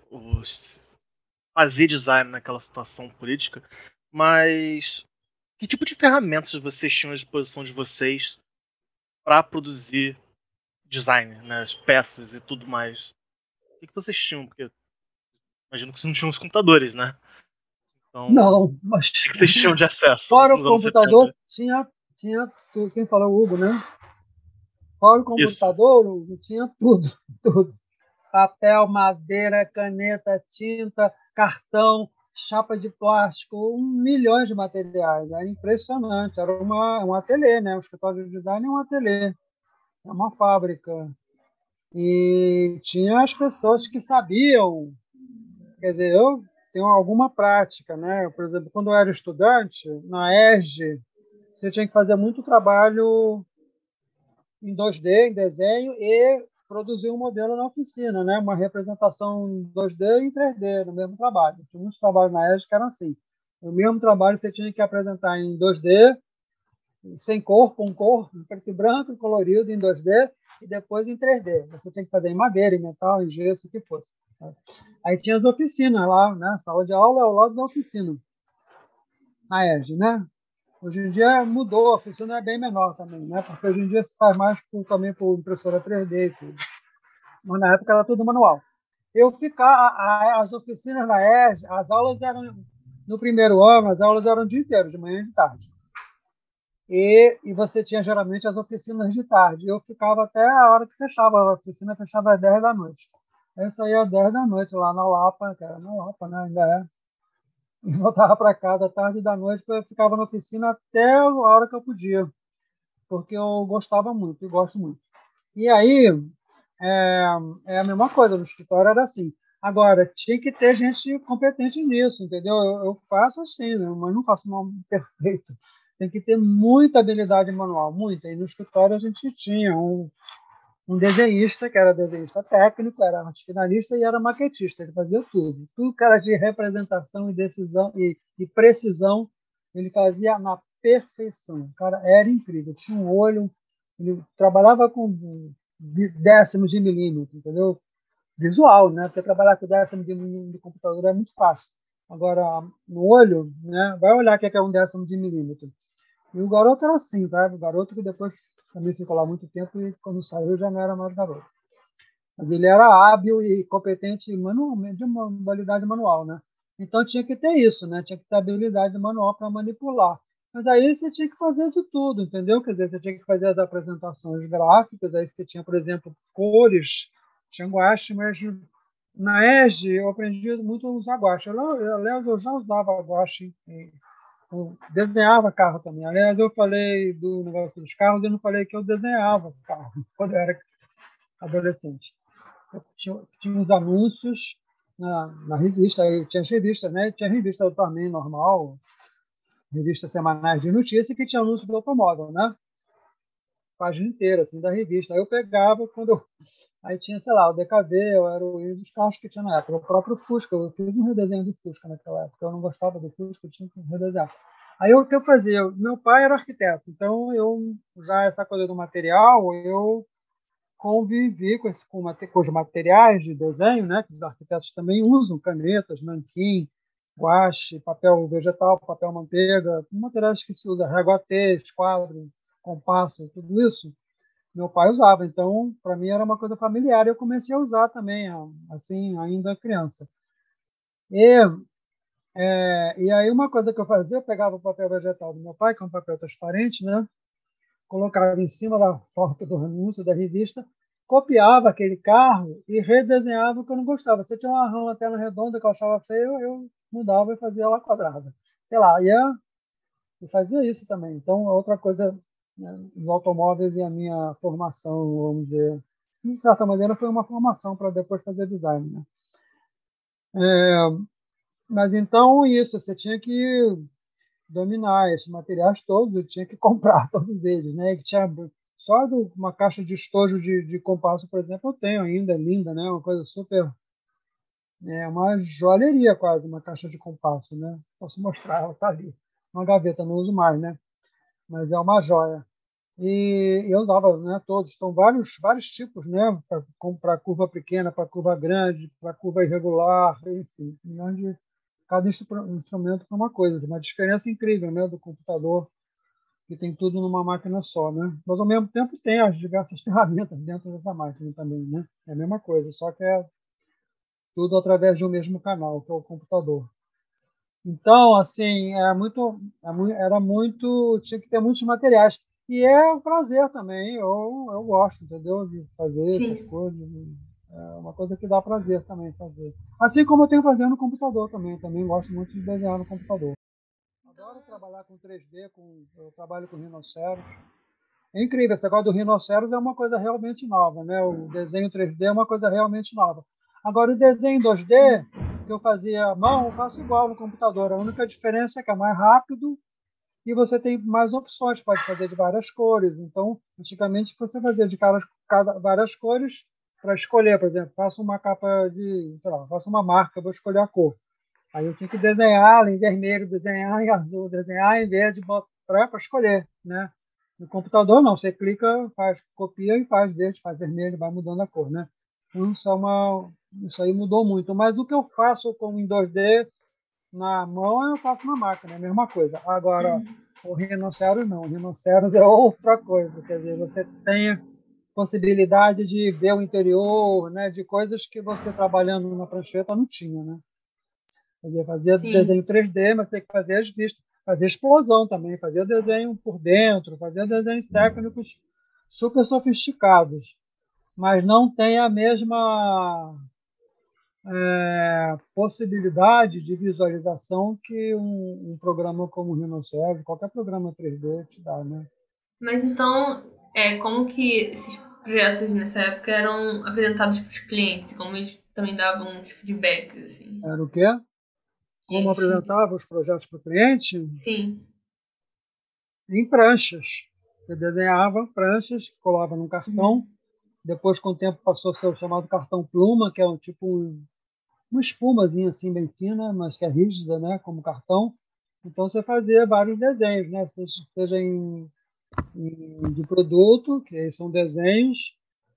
fazer design naquela situação política. Mas que tipo de ferramentas vocês tinham à disposição de vocês para produzir design, né? As peças e tudo mais? O que vocês tinham? Porque imagino que vocês não tinham os computadores, né? Então, Não, mas o que vocês tinham de acesso fora o nos anos computador, 70? tinha tudo. Quem falou o Hugo, né? Fora o Isso. computador, Hugo, tinha tudo, tudo. Papel, madeira, caneta, tinta, cartão, chapa de plástico, milhões de materiais. Era impressionante. Era um ateliê, né? O escritório de design é um ateliê, é uma fábrica. E tinha as pessoas que sabiam. Quer dizer, eu tenho alguma prática, né? Por exemplo, quando eu era estudante, na ESG, você tinha que fazer muito trabalho em 2D, em desenho, e produzir um modelo na oficina, né? Uma representação em 2D e 3D no mesmo trabalho. Tinha muitos trabalhos na ESG que eram assim. O mesmo trabalho você tinha que apresentar em 2D, sem cor, com cor, em preto e branco, colorido em 2D, e depois em 3D. Você tinha que fazer em madeira, em metal, em gesso, o que fosse. Aí tinha as oficinas lá, né? A sala de aula é ao lado da oficina, na ESG, né? Hoje em dia mudou, a oficina é bem menor também, né? Porque hoje em dia se faz mais também por impressora 3D e tudo. Mas na época era tudo manual. As oficinas na ESG, as aulas eram, no primeiro ano, as aulas eram o dia inteiro, de manhã e de tarde. E você tinha geralmente as oficinas de tarde. Eu ficava até a hora que fechava, a oficina fechava às 10 da noite. Eu saía às 10 da noite lá na Lapa, que era na Lapa, né? Ainda é. E voltava para casa à tarde e da noite, eu ficava na oficina até a hora que eu podia, porque eu gostava muito, eu gosto muito. E aí, é, é a mesma coisa, no escritório era assim. Agora, tinha que ter gente competente nisso, entendeu? Eu faço assim, né? Mas não faço mal perfeito. Tem que ter muita habilidade manual, muita. E no escritório a gente tinha um desenhista, que era desenhista técnico, era arte finalista e era maquetista, ele fazia tudo. Tudo que era de representação e decisão e precisão, ele fazia na perfeição. O cara era incrível, tinha um olho, ele trabalhava com décimos de milímetro, entendeu? Visual, né? Porque trabalhar com décimo de milímetro de computador é muito fácil. Agora, no olho, né? Vai olhar o que é um décimo de milímetro. E o garoto era assim, tá? O garoto que depois também ficou lá muito tempo e quando saiu já não era mais garoto. Mas ele era hábil e competente de uma habilidade manual, né? Então tinha que ter isso, né? Tinha que ter habilidade manual para manipular. Mas aí você tinha que fazer de tudo, entendeu? Quer dizer, você tinha que fazer as apresentações gráficas, aí você tinha, por exemplo, cores, tinha guache, mas na ESG eu aprendi muito a usar guache. Aliás, eu já usava guache, eu desenhava carro também. Aliás, eu falei do negócio dos carros, eu não falei que eu desenhava carro quando eu era adolescente. Eu tinha uns anúncios na revista, aí tinha as revistas, né? Tinha revista do tamanho normal, revistas semanais de notícia que tinha anúncio do automóvel, né? Página inteira, assim, da revista. Aí eu pegava, aí tinha, sei lá, o DKV, eu era o dos carros que tinha na época, o próprio Fusca, eu fiz um redesenho do Fusca naquela época, eu não gostava do Fusca, eu tinha que redesenhar. Aí o que eu fazia? Meu pai era arquiteto, então eu, já essa coisa do material, eu convivi com os materiais de desenho, né, que os arquitetos também usam, canetas, nanquim, guache, papel vegetal, papel manteiga, materiais que se usa, régua-T, esquadro, compasso, tudo isso, meu pai usava. Então, para mim era uma coisa familiar e eu comecei a usar também, assim, ainda criança. E, e aí uma coisa que eu fazia, eu pegava o papel vegetal do meu pai, que é um papel transparente, né, colocava em cima da foto do anúncio da revista, copiava aquele carro e redesenhava o que eu não gostava. Se eu tinha uma lanterna redonda que eu achava feio, eu mudava e fazia ela quadrada. Sei lá, e fazia isso também. Então, outra coisa, né, os automóveis e a minha formação, vamos dizer, de certa maneira foi uma formação para depois fazer design, né? Mas então, isso, você tinha que dominar esses materiais todos, eu tinha que comprar todos eles, né? Que tinha só uma caixa de estojo de compasso, por exemplo, eu tenho ainda, é linda, né? Uma coisa super, uma joalheria quase, uma caixa de compasso, né? Posso mostrar, ela tá ali, uma gaveta, não uso mais, né? Mas é uma joia. E eu usava, né, todos, então vários tipos, né? Para curva pequena, para curva grande, para curva irregular, enfim, onde cada instrumento é uma coisa, uma diferença incrível, né, do computador, que tem tudo numa máquina só, né? Mas ao mesmo tempo tem as diversas ferramentas dentro dessa máquina também, né? É a mesma coisa, só que é tudo através de um mesmo canal, que é o computador. Então, assim, era muito, tinha que ter muitos materiais. E é um prazer também, eu gosto, entendeu? De fazer essas Sim. coisas. É uma coisa que dá prazer também fazer. Assim como eu tenho prazer no computador também gosto muito de desenhar no computador. Adoro trabalhar com 3D, eu trabalho com rinoceros. É incrível, esse negócio do rinoceros é uma coisa realmente nova, né? O desenho 3D é uma coisa realmente nova. Agora, o desenho 2D, que eu fazia à mão, eu faço igual no computador. A única diferença é que é mais rápido e você tem mais opções, pode fazer de várias cores. Então, antigamente você fazia de várias cores para escolher, por exemplo, faço uma capa sei lá, faço uma marca, vou escolher a cor. Aí eu tinha que desenhar em vermelho, desenhar em azul, desenhar em verde para escolher, né? No computador não, você clica, faz, copia e faz verde, faz vermelho, vai mudando a cor, né? Isso aí mudou muito. Mas o que eu faço em 2D na mão, eu faço na máquina, é a mesma coisa. Agora, o rinoceros não, o rinoceros é outra coisa, quer dizer, você tem a possibilidade de ver o interior, né? De coisas que você trabalhando na prancheta não tinha, né? Fazia Sim. desenho 3D, mas tem que fazer as vistas, fazer explosão também, fazer desenho por dentro, fazer desenhos técnicos super sofisticados, mas não tem a mesma possibilidade de visualização que um programa como o Rhinoceros, qualquer programa 3D te dá, né? Mas então, como que esses projetos nessa época eram apresentados para os clientes? Como eles também davam os feedbacks, assim? Era o quê? Que Como eles tinham. apresentava os projetos para o cliente? Sim. Em pranchas. Você desenhava pranchas, colava num cartão. Uhum. Depois, com o tempo, passou a ser o chamado cartão pluma, que é uma espumazinha assim bem fina, mas que é rígida, né, como cartão. Então você fazia vários desenhos, né, seja de produto, que aí são desenhos,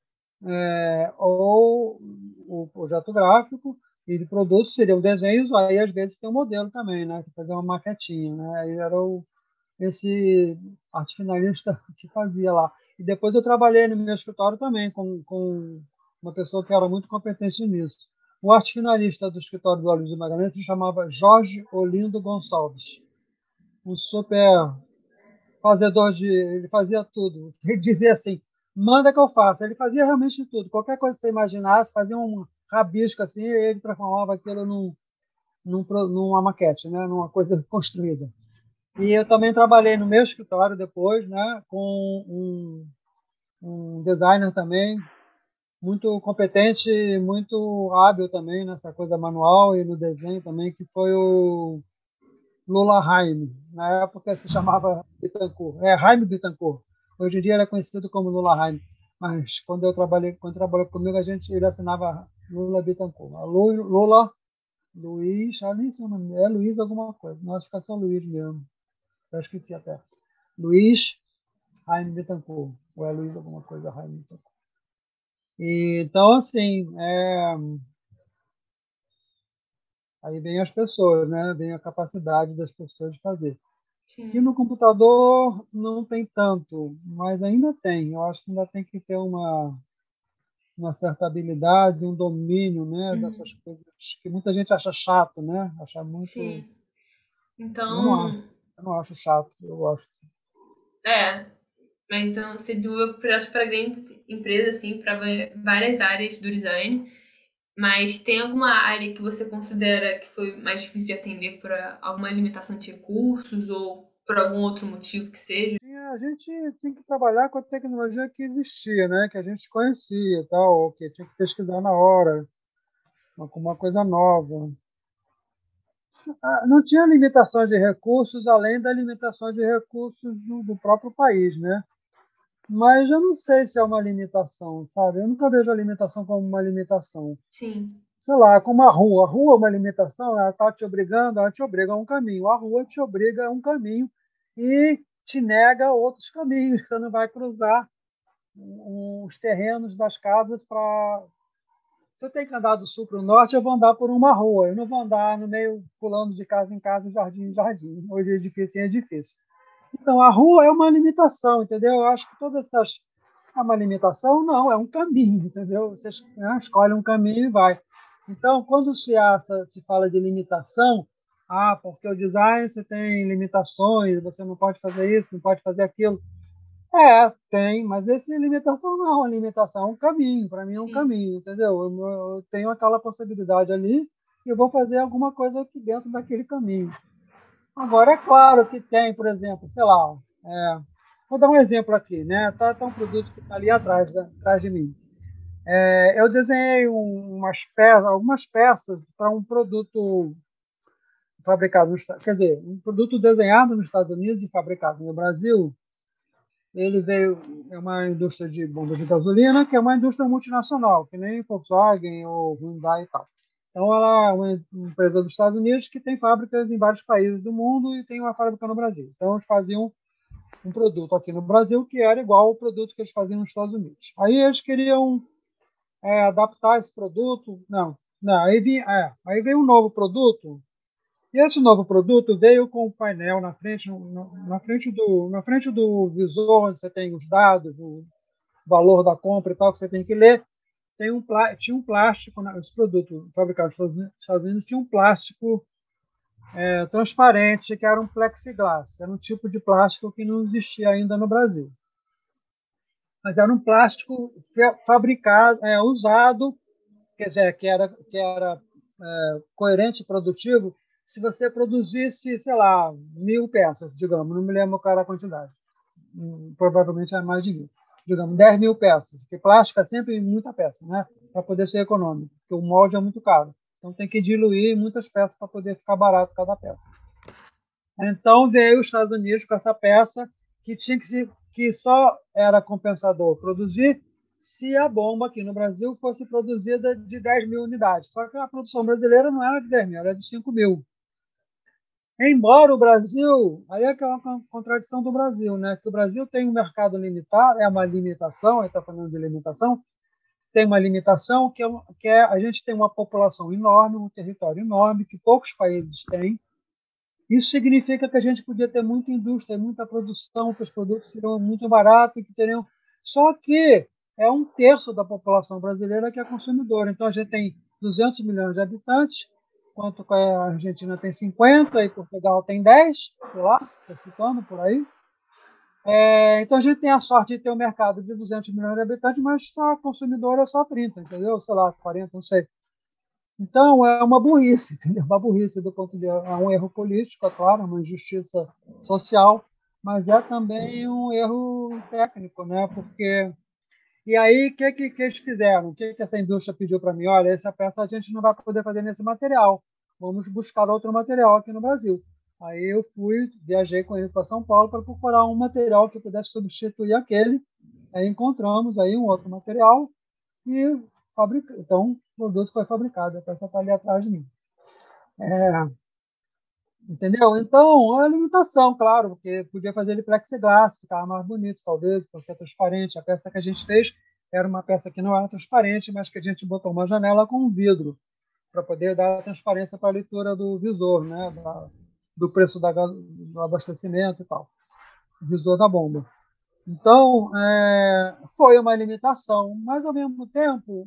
ou o projeto gráfico, e de produto seriam desenhos, aí às vezes tem um modelo também, né, que fazer uma maquetinha, né, aí era esse arte finalista que fazia lá. E depois eu trabalhei no meu escritório também com uma pessoa que era muito competente nisso. O arte finalista do escritório do Olhos de Magalhães se chamava Jorge Olindo Gonçalves. um super fazedor de... Ele fazia tudo. Ele dizia assim, manda que eu faça. Ele fazia realmente tudo. Qualquer coisa que você imaginasse, fazia um rabisco assim, e ele transformava aquilo numa maquete, né? Numa coisa construída. E eu também trabalhei no meu escritório depois, né? Com um designer também, muito competente, muito hábil também nessa coisa manual e no desenho também, que foi o Lula Jaime. Na época se chamava Bittencourt. Jaime Bittencourt. Hoje em dia ele é conhecido como Lula Jaime. Mas quando trabalhou comigo, ele assinava Lula Bittencourt. Lula Luiz, nem sei o nome, é Luiz alguma coisa. Não, acho que é só Luiz mesmo. Eu esqueci até. Luiz Jaime Bittencourt. Ou é Luiz alguma coisa, Jaime Bittencourt. E, então, assim, aí vem as pessoas, né? Vem a capacidade das pessoas de fazer. Aqui no computador não tem tanto, mas ainda tem. Eu acho que ainda tem que ter uma certa habilidade, um domínio, né? Dessas coisas que muita gente acha chato, né? Acha muito. Sim. Eu não acho chato, eu gosto. Mas você desenvolveu projetos para grandes empresas, assim, para várias áreas do design. Mas tem alguma área que você considera que foi mais difícil de atender por alguma limitação de recursos ou por algum outro motivo que seja? A gente tinha que trabalhar com a tecnologia que existia, né? Que a gente conhecia e tal, ou que tinha que pesquisar na hora, com uma coisa nova. Não tinha limitação de recursos além da limitação de recursos do próprio país, né? Mas eu não sei se é uma limitação, sabe? Eu nunca vejo a limitação como uma limitação. Sim. Sei lá, como a rua. A rua é uma limitação, ela está te obrigando, ela te obriga a um caminho. A rua te obriga a um caminho e te nega outros caminhos, que você não vai cruzar os terrenos das casas para... Se eu tenho que andar do sul para o norte, eu vou andar por uma rua. Eu não vou andar no meio, pulando de casa em casa, jardim em jardim. Hoje é difícil, é difícil. Então, a rua é uma limitação, entendeu? Eu acho que todas essas... É uma limitação? Não, é um caminho, entendeu? Você, né, escolhe um caminho e vai. Então, quando se fala de limitação, porque o design você tem limitações, você não pode fazer isso, não pode fazer aquilo. Tem, mas essa limitação não é uma limitação, é um caminho. Para mim é um caminho, entendeu? Eu tenho aquela possibilidade ali e eu vou fazer alguma coisa aqui dentro daquele caminho. Agora, é claro que tem, por exemplo, sei lá, vou dar um exemplo aqui, né? Tá um produto que está ali atrás, né? Atrás de mim. Eu desenhei algumas peças para um produto fabricado quer dizer, um produto desenhado nos Estados Unidos e fabricado no Brasil. Ele veio, é uma indústria de bombas de gasolina, que é uma indústria multinacional, que nem Volkswagen ou Hyundai e tal. Então, ela é uma empresa dos Estados Unidos que tem fábricas em vários países do mundo e tem uma fábrica no Brasil. Então, eles faziam um produto aqui no Brasil que era igual ao produto que eles faziam nos Estados Unidos. Aí eles queriam adaptar esse produto. Não, aí veio um novo produto. E esse novo produto veio com o painel na frente do visor, onde você tem os dados, o valor da compra e tal, que você tem que ler. Tinha um plástico, esse produto fabricado nos Estados Unidos tinha um plástico transparente, que era um plexiglass. Era um tipo de plástico que não existia ainda no Brasil. Mas era um plástico fabricado, usado, quer dizer, que era coerente e produtivo se você produzisse, sei lá, 1.000 peças, digamos, não me lembro qual era a quantidade, provavelmente é mais de 1.000, digamos, 10.000 peças, porque plástico é sempre muita peça, né, para poder ser econômico, porque o molde é muito caro, então tem que diluir muitas peças para poder ficar barato cada peça. Então veio os Estados Unidos com essa peça que só era compensador produzir se a bomba aqui no Brasil fosse produzida de 10.000 unidades. Só que a produção brasileira não era de 10.000, era de 5.000. Embora o Brasil, aí é que é uma contradição do Brasil, né? Que o Brasil tem um mercado limitado, é uma limitação, aí está falando de limitação, tem uma limitação que é a gente tem uma população enorme, um território enorme, que poucos países têm. Isso significa que a gente podia ter muita indústria, muita produção, que os produtos seriam muito baratos, que teriam... Só que é 1/3 da população brasileira que é consumidora. Então, a gente tem 200 milhões de habitantes quanto a Argentina tem 50 e Portugal tem 10, sei lá, estou ficando por aí. Então a gente tem a sorte de ter um mercado de 200 milhões de habitantes, mas a consumidora é só 30, entendeu? Sei lá, 40, não sei. Então é uma burrice, entendeu? Uma burrice do ponto de vista, é um erro político, é claro, uma injustiça social, mas é também um erro técnico, né? Porque e aí o que eles fizeram? O que essa indústria pediu para mim? Olha, essa peça a gente não vai poder fazer nesse material. Vamos buscar outro material aqui no Brasil. Aí eu viajei com eles para São Paulo para procurar um material que pudesse substituir aquele. Aí encontramos aí um outro material e então o produto foi fabricado. A peça está ali atrás de mim. Entendeu? Então, é a limitação, claro, porque podia fazer ele plexiglass, ficava mais bonito, talvez, porque é transparente. A peça que a gente fez era uma peça que não era transparente, mas que a gente botou uma janela com um vidro, para poder dar transparência para a leitura do visor, né? Do preço do abastecimento e tal, o visor da bomba. Então, foi uma limitação, mas ao mesmo tempo,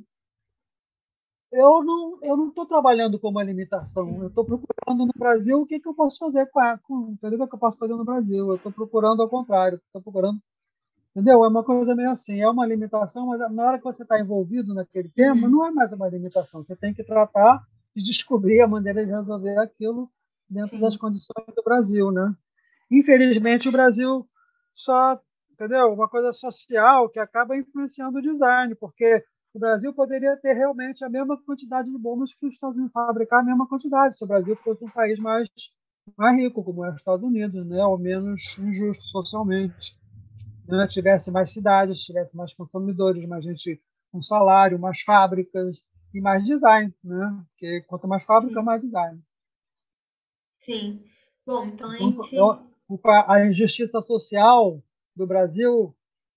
eu não estou trabalhando com uma limitação. Eu estou procurando no Brasil o que eu posso fazer entendeu? O que eu posso fazer no Brasil. Eu estou procurando ao contrário. Estou procurando, entendeu? É uma coisa meio assim. É uma limitação, mas na hora que você está envolvido naquele tema, não é mais uma limitação. Você tem que tratar de descobrir a maneira de resolver aquilo dentro das condições do Brasil, né? Infelizmente, o Brasil só, entendeu? Uma coisa social que acaba influenciando o design, porque o Brasil poderia ter realmente a mesma quantidade de bombas que os Estados Unidos, fabricar a mesma quantidade, se o Brasil fosse um país mais rico, como é os Estados Unidos, né? Ou menos injusto socialmente, né? Tivesse mais cidades, tivesse mais consumidores, mais gente com salário, mais fábricas e mais design, né? Porque quanto mais fábrica, mais design. Sim. Bom, então a Então, gente... a injustiça social do Brasil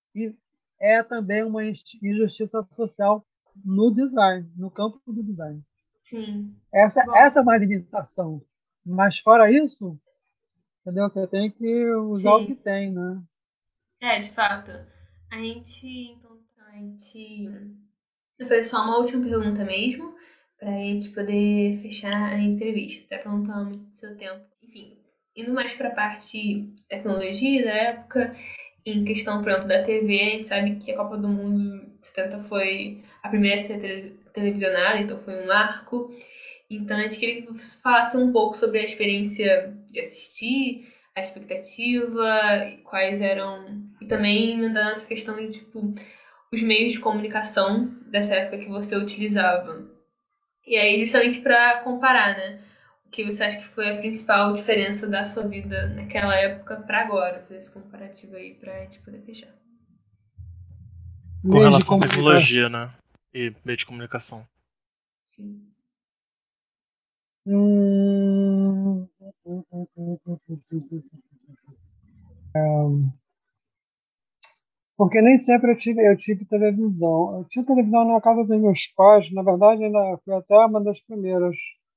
é também uma injustiça social no design, no campo do design. Sim. Essa é uma limitação. Mas fora isso, entendeu? Você tem que usar o que tem, né? De fato. Então, a gente vou fazer só uma última pergunta mesmo, para a gente poder fechar a entrevista. Até perguntar muito do seu tempo. Enfim, indo mais para a parte tecnologia da época, em questão, por exemplo, da TV, a gente sabe que a Copa do Mundo 70 foi a primeira a ser televisionada, então foi um marco. Então, a gente queria que você falasse um pouco sobre a experiência de assistir, a expectativa, quais eram... E também emendando essa questão de, tipo, os meios de comunicação dessa época que você utilizava. E aí, justamente para comparar, né? O que você acha que foi a principal diferença da sua vida naquela época para agora? Fazer esse comparativo aí pra gente poder fechar. Com relação à tecnologia, né? E meio de comunicação. Sim. Porque nem sempre eu tive televisão. Eu tinha televisão na casa dos meus pais, na verdade, foi até uma das primeiras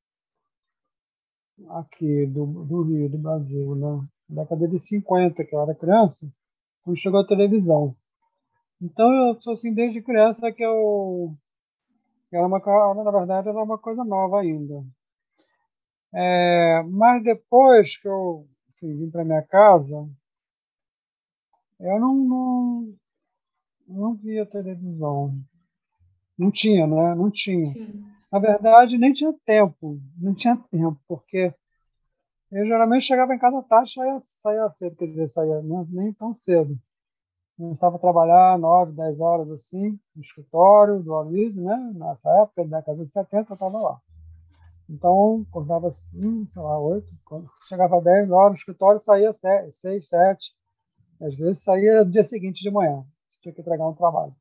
aqui do Rio, do Brasil, né? Na década de 50, que eu era criança, quando chegou a televisão. Então eu sou assim desde criança que na verdade era uma coisa nova ainda. Mas depois que eu vim para minha casa, eu não via televisão. Não tinha, né? Não tinha. Sim. Na verdade, nem tinha tempo. Não tinha tempo, porque eu geralmente chegava em casa tarde e saía cedo, quer dizer, saía nem tão cedo. Começava a trabalhar 9, 10 horas assim, no escritório do Aviso, né? Nessa época, na década de 70, eu estava lá. Então, acordava assim, sei lá, 8. Quando chegava 10 horas no escritório, saía 6, 7. Às vezes saía no dia seguinte de manhã. Tinha que entregar um trabalho.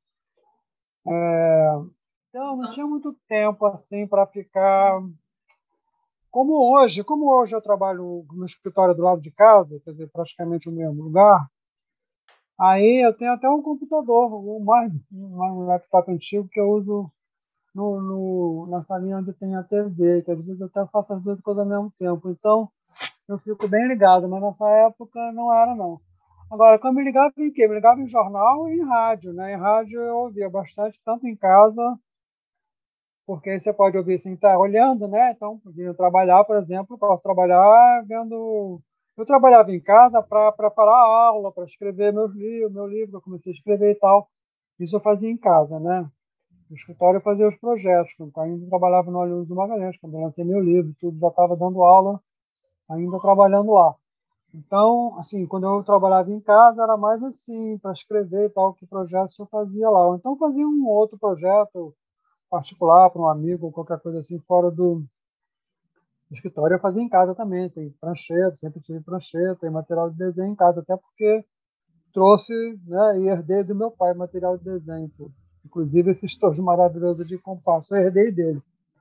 Então, não tinha muito tempo assim para ficar. Como hoje eu trabalho no escritório do lado de casa, quer dizer, praticamente o mesmo lugar, aí eu tenho até um computador, um laptop antigo que eu uso na salinha onde tem a TV, que às vezes eu até faço as duas coisas ao mesmo tempo. Então, eu fico bem ligado, mas nessa época não era, não. Agora, quando me ligava em quê? Me ligava em jornal e em rádio, né? Em rádio eu ouvia bastante, tanto em casa porque aí você pode ouvir sem estar olhando, né? Então, eu trabalhar, por exemplo, posso trabalhar vendo. Eu trabalhava em casa para preparar a aula, para escrever meu livro, eu comecei a escrever e tal. Isso eu fazia em casa, né? No escritório eu fazia os projetos, quando ainda trabalhava no Olhos do Magalhães, quando eu lancei meu livro, tudo, já estava dando aula, ainda trabalhando lá. Então, assim, quando eu trabalhava em casa, era mais assim, para escrever e tal, que projetos eu fazia lá. Ou então fazia um outro projeto particular para um amigo, ou qualquer coisa assim, fora do escritório, eu fazia em casa também. Tem prancheta, sempre tive prancheta, tem material de desenho em casa, até porque trouxe, né, e herdei do meu pai material de desenho, tudo. Inclusive esses tojos maravilhosos de compasso, eu herdei dele.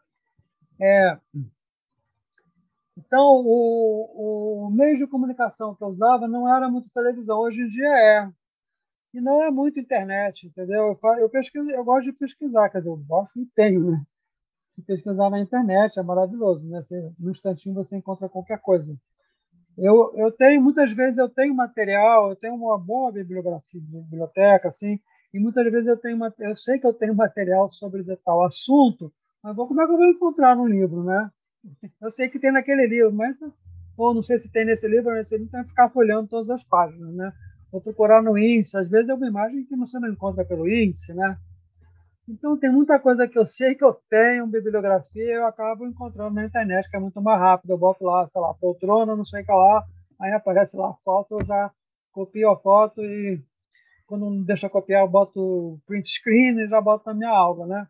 É, então, o meio de comunicação que eu usava não era muito televisão, hoje em dia é. E não é muito internet, entendeu? Eu pesquiso, eu gosto de pesquisar, quer dizer, eu gosto e tenho, né? De pesquisar na internet, é maravilhoso, né? No instantinho você encontra qualquer coisa. Eu tenho, muitas vezes eu tenho material, eu tenho uma boa bibliografia, biblioteca, assim, e muitas vezes eu sei que eu tenho material sobre tal assunto, mas como é que eu vou encontrar no livro, né? Eu sei que tem naquele livro, mas ou não sei se tem nesse livro, nesse livro, tem que ficar folhando todas as páginas, né? Vou procurar no índice, às vezes é uma imagem que você não encontra pelo índice, né? Então tem muita coisa que eu sei que eu tenho, bibliografia, eu acabo encontrando na internet, que é muito mais rápido. Eu boto lá, sei lá, poltrona, não sei o que lá, aí aparece lá a foto, eu já copio a foto e quando não deixa copiar, eu boto print screen e já boto na minha aula, né?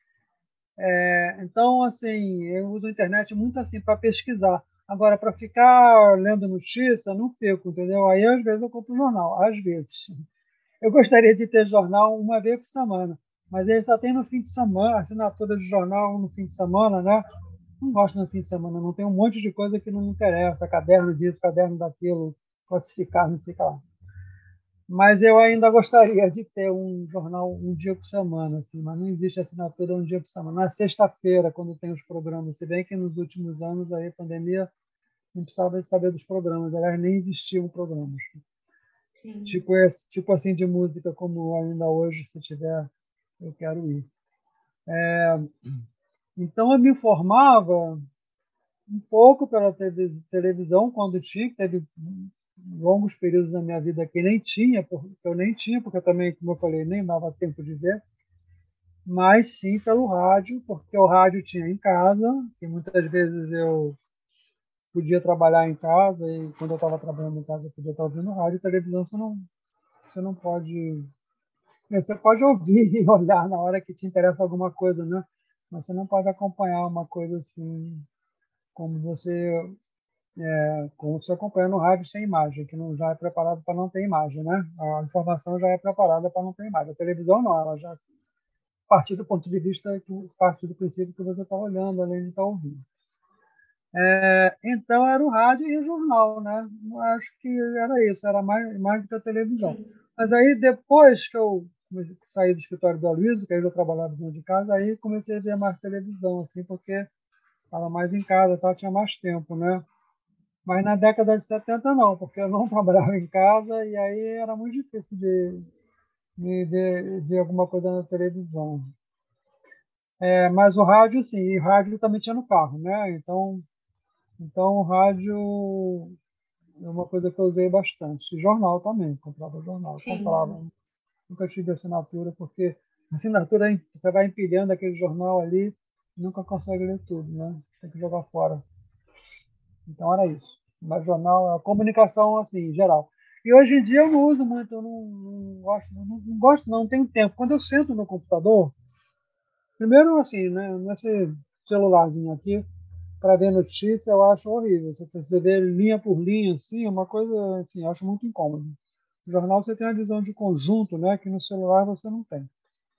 Então, assim, eu uso a internet muito assim para pesquisar. Agora, para ficar lendo notícia, não fico, entendeu? Aí, às vezes, eu compro jornal, às vezes. Eu gostaria de ter jornal uma vez por semana, mas ele só tem no fim de semana, assinatura de jornal no fim de semana, né? Não gosto no fim de semana, não tem um monte de coisa que não me interessa, caderno disso, caderno daquilo, classificar, não sei o que lá. Mas eu ainda gostaria de ter um jornal um dia por semana, assim, mas não existe assinatura um dia por semana. Na sexta-feira, quando tem os programas, se bem que nos últimos anos aí, a pandemia, não precisava saber dos programas, aliás, nem existiam programas. Sim. Tipo assim de música, como ainda hoje, se tiver, eu quero ir. Então eu me informava um pouco pela televisão, quando tinha, teve longos períodos na minha vida que nem tinha, porque eu nem tinha, porque eu também, como eu falei, nem dava tempo de ver, mas sim pelo rádio, porque o rádio tinha em casa, e muitas vezes eu podia trabalhar em casa, e quando eu estava trabalhando em casa eu podia estar ouvindo rádio. E televisão você não pode. Você pode ouvir e olhar na hora que te interessa alguma coisa, né? Mas você não pode acompanhar uma coisa assim como como você acompanha no rádio sem imagem, que não já é preparado para não ter imagem, né? A informação já é preparada para não ter imagem. A televisão não, ela já parte do ponto de vista, parte do princípio que você está olhando, além de estar ouvindo. Então era o rádio e o jornal, né? Eu acho que era isso, era mais do que a televisão. Sim. Mas aí depois que eu saí do escritório do Aloysio, que aí eu trabalhava dentro de casa, aí comecei a ver mais televisão, assim, porque estava mais em casa, tá? Tinha mais tempo, né? Mas na década de 70 não, porque eu não trabalhava em casa e aí era muito difícil de ver alguma coisa na televisão. Mas o rádio, sim, e rádio também tinha no carro, né? Então o rádio é uma coisa que eu usei bastante. E jornal também, comprava jornal. Sim. Nunca tive assinatura, porque assinatura você vai empilhando aquele jornal ali, nunca consegue ler tudo, né? Tem que jogar fora. Então era isso. Mas jornal é comunicação assim, em geral. E hoje em dia eu não uso muito, eu não gosto, não tenho tempo. Quando eu sento no computador, primeiro assim, né, nesse celularzinho aqui, para ver notícia, eu acho horrível. Você vê linha por linha, assim, é uma coisa, assim, eu acho muito incômodo. No jornal você tem a visão de conjunto, né, que no celular você não tem.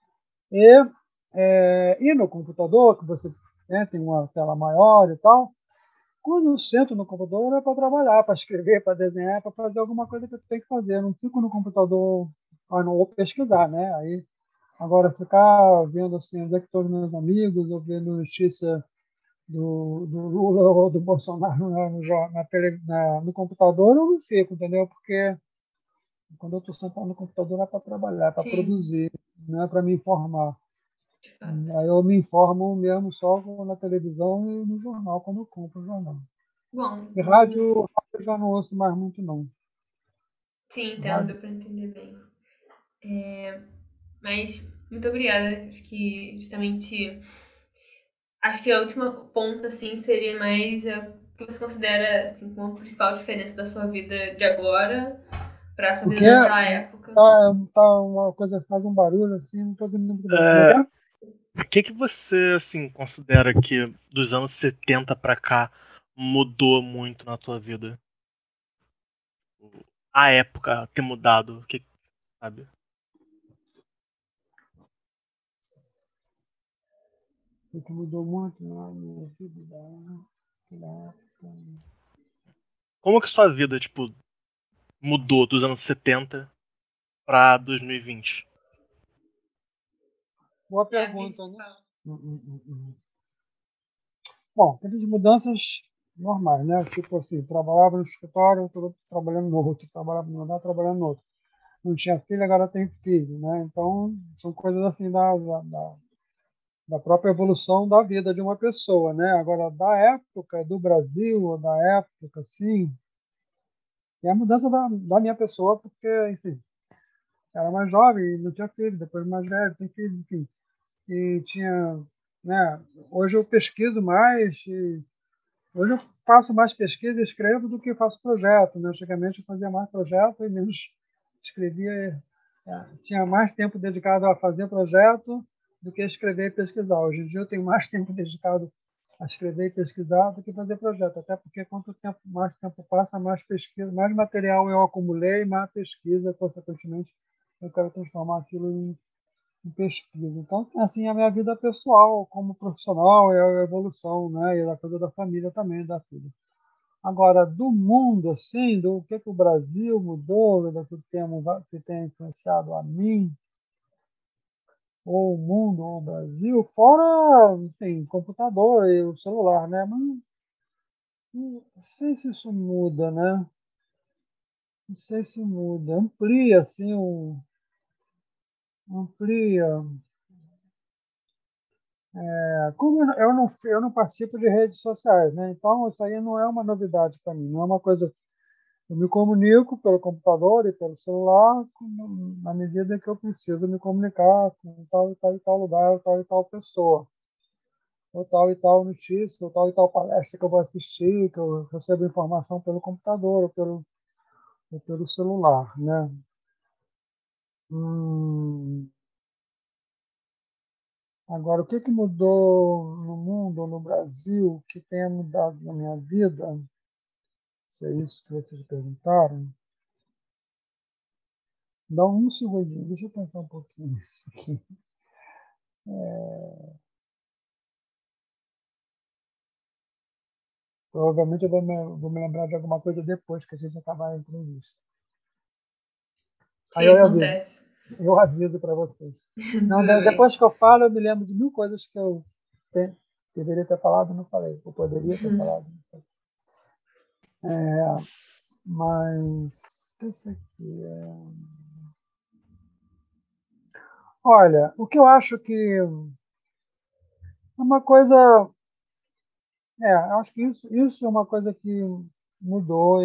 E no computador, que você, né, tem uma tela maior e tal, quando eu sento no computador é para trabalhar, para escrever, para desenhar, para fazer alguma coisa que eu tenho que fazer. Eu não fico no computador, não vou pesquisar, né? Aí, agora, ficar vendo assim, onde é que estão os meus amigos, ou vendo notícia do Lula ou do Bolsonaro no computador, eu não fico, entendeu? Porque quando eu estou sentado no computador é para trabalhar, é para Sim. produzir, não é para me informar. de fato. Aí eu me informo mesmo só na televisão e no jornal, quando eu compro o jornal. Bom, E rádio eu já não ouço mais muito, não. sim, entendo, Rádio. deu pra entender bem. Mas muito obrigada. Acho que justamente. Acho que a última ponta, assim, seria mais o que você considera assim, como a principal diferença da sua vida de agora para a sua Porque vida naquela época. tá uma coisa que faz um barulho assim, não tô ouvindo muito bem. Como é que É, é? o que que você assim considera que dos anos 70 pra cá mudou muito na tua vida? A época ter mudado, o que sabe? O que mudou muito na minha vida da época. Como que sua vida, tipo, mudou dos anos 70 pra 2020? Boa É a pergunta, né? principal. Hum. Bom, teve mudanças normais, né? Tipo assim, trabalhava no escritório, estou trabalhando no outro, trabalhava no lugar, trabalhando no outro. Não tinha filho, agora tem filho, né? Então, são coisas assim da própria evolução da vida de uma pessoa, né? Agora, da época do Brasil, ou da época, assim, é a mudança da minha pessoa, porque, enfim, era mais jovem, não tinha filho, depois mais velho, tem filho, enfim. E tinha, né? Hoje eu pesquiso mais, hoje eu faço mais pesquisa e escrevo do que faço projeto, né? Antigamente eu fazia mais projeto e menos escrevia, tinha mais tempo dedicado a fazer projeto do que a escrever e pesquisar. Hoje em dia eu tenho mais tempo dedicado a escrever e pesquisar do que fazer projeto, até porque quanto mais tempo passa, mais pesquisa, mais material eu acumulei, mais pesquisa, consequentemente, eu quero transformar aquilo em pesquisa. Então, assim, a minha vida pessoal, como profissional, é a evolução, né? E a coisa da família também, da filha. Agora, do mundo, assim, do que o Brasil mudou, do que tem influenciado a mim, ou o mundo, ou o Brasil, fora, enfim, computador e o celular, né? Mas não sei se isso muda, né? Não sei se muda. Amplia, assim, amplia. Como eu não participo de redes sociais, né? Então, isso aí não é uma novidade para mim, não é uma coisa. Eu me comunico pelo computador e pelo celular na medida que eu preciso me comunicar com tal e tal e tal lugar, ou tal e tal pessoa, ou tal e tal notícia, ou tal e tal palestra que eu vou assistir, que eu recebo informação pelo computador ou pelo celular, né? Hum, agora, o que que mudou no mundo ou no Brasil que tenha mudado na minha vida? Se é isso que vocês perguntaram. Dá um segundinho, deixa eu pensar um pouquinho nisso aqui. Provavelmente eu vou me lembrar de alguma coisa depois que a gente acabar a entrevista. Aí Sim, acontece. eu aviso para vocês. Não, Tudo bem. depois que eu falo, eu me lembro de mil coisas que eu te- deveria ter falado e não falei. Eu poderia ter falado. Não falei. Mas, o que é isso aqui? Olha, o que eu acho que é uma coisa. Eu acho que isso é uma coisa que mudou,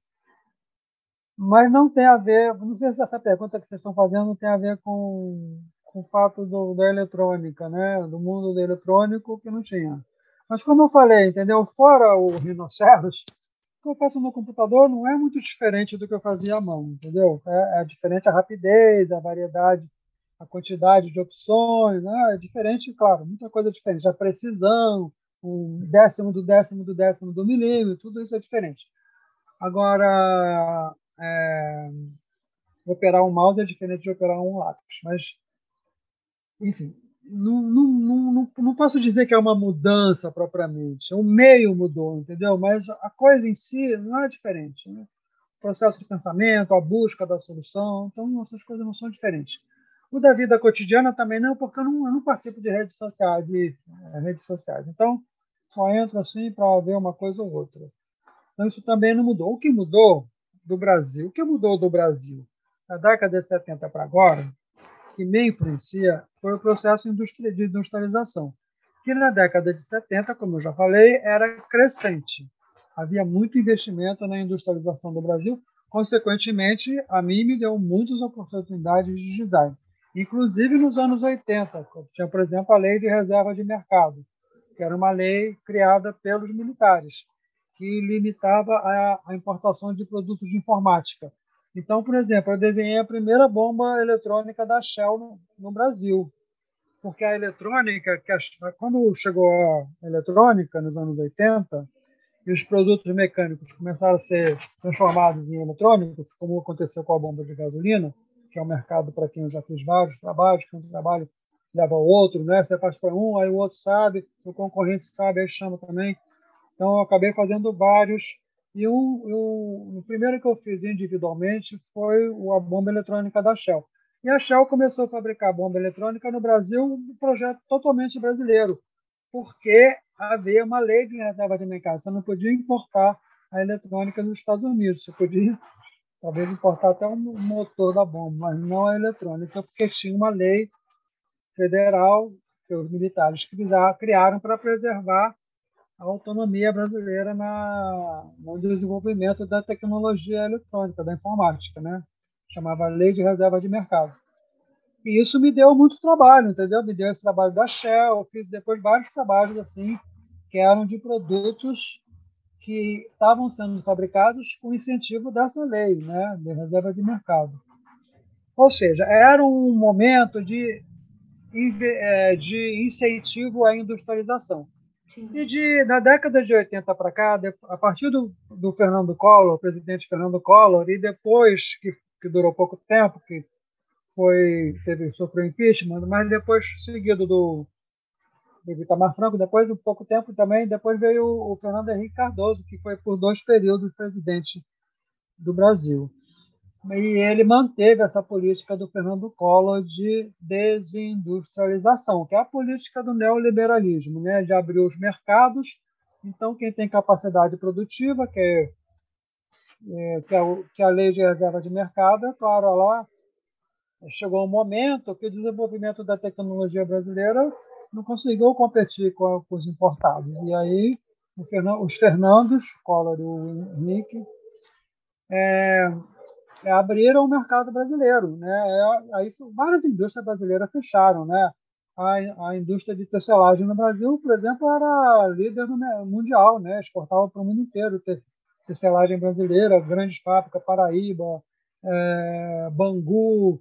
mas não tem a ver. Não sei se essa pergunta que vocês estão fazendo tem a ver com o fato da eletrônica, né? Do mundo do eletrônico que não tinha. Mas como eu falei, entendeu? Fora o rinoceros, o que eu faço no computador não é muito diferente do que eu fazia à mão, entendeu? É diferente a rapidez, a variedade, a quantidade de opções, né? É diferente, claro, muita coisa diferente. A precisão, um décimo do décimo do décimo do milímetro, tudo isso é diferente. Agora, operar um mouse é diferente de operar um lápis, mas, enfim, não posso dizer que é uma mudança propriamente. O meio mudou, entendeu? Mas a coisa em si não é diferente, né? O processo de pensamento, a busca da solução, então essas coisas não são diferentes. O da vida cotidiana também não, porque eu não participo de redes sociais. Então, só entro assim para ver uma coisa ou outra. Então, isso também não mudou. O que mudou do Brasil? O que mudou do Brasil? Da década de 70 para agora, que me influencia foi o processo de industrialização, que na década de 70, como eu já falei, era crescente. Havia muito investimento na industrialização do Brasil, consequentemente, a mim me deu muitas oportunidades de design. Inclusive nos anos 80, tinha, por exemplo, a Lei de Reserva de Mercado, que era uma lei criada pelos militares, que limitava a importação de produtos de informática. Então, por exemplo, eu desenhei a primeira bomba eletrônica da Shell no Brasil, porque a eletrônica, quando chegou a eletrônica nos anos 80, e os produtos mecânicos começaram a ser transformados em eletrônicos, como aconteceu com a bomba de gasolina, que é um mercado para quem eu já fiz vários trabalhos, que um trabalho leva ao outro, né? Você faz para um, aí o outro sabe, o concorrente sabe, aí chama também. Então, eu acabei fazendo vários. E o primeiro que eu fiz individualmente foi a bomba eletrônica da Shell. E a Shell começou a fabricar bomba eletrônica no Brasil, um projeto totalmente brasileiro, porque havia uma lei de reserva de mercado. Você não podia importar a eletrônica dos Estados Unidos. Você podia, talvez, importar até o motor da bomba, mas não a eletrônica, porque tinha uma lei federal que os militares criaram para preservar a autonomia brasileira no desenvolvimento da tecnologia eletrônica, da informática, né? Chamava Lei de Reserva de Mercado. E isso me deu muito trabalho, entendeu? Me deu esse trabalho da Shell, eu fiz depois vários trabalhos assim, que eram de produtos que estavam sendo fabricados com incentivo dessa lei, né, de reserva de mercado. Ou seja, era um momento de incentivo à industrialização. Sim. E da década de 80 para cá, a partir do Fernando Collor, presidente Fernando Collor, e depois, que durou pouco tempo, que sofreu impeachment, mas depois seguido do Itamar Franco, depois de um pouco tempo também, depois veio o Fernando Henrique Cardoso, que foi por 2 períodos presidente do Brasil. E ele manteve essa política do Fernando Collor de desindustrialização, que é a política do neoliberalismo, né? De abrir os mercados. Então, quem tem capacidade produtiva, que é a lei de reserva de mercado, é claro, lá chegou um momento que o desenvolvimento da tecnologia brasileira não conseguiu competir com os importados. E aí, os Fernandos, Collor e o Henrique, abriram o mercado brasileiro, né? Aí várias indústrias brasileiras fecharam, né? A indústria de tecelagem no Brasil, por exemplo, era líder mundial, né? Exportava para o mundo inteiro tecelagem brasileira, grandes fábricas, Paraíba, Bangu,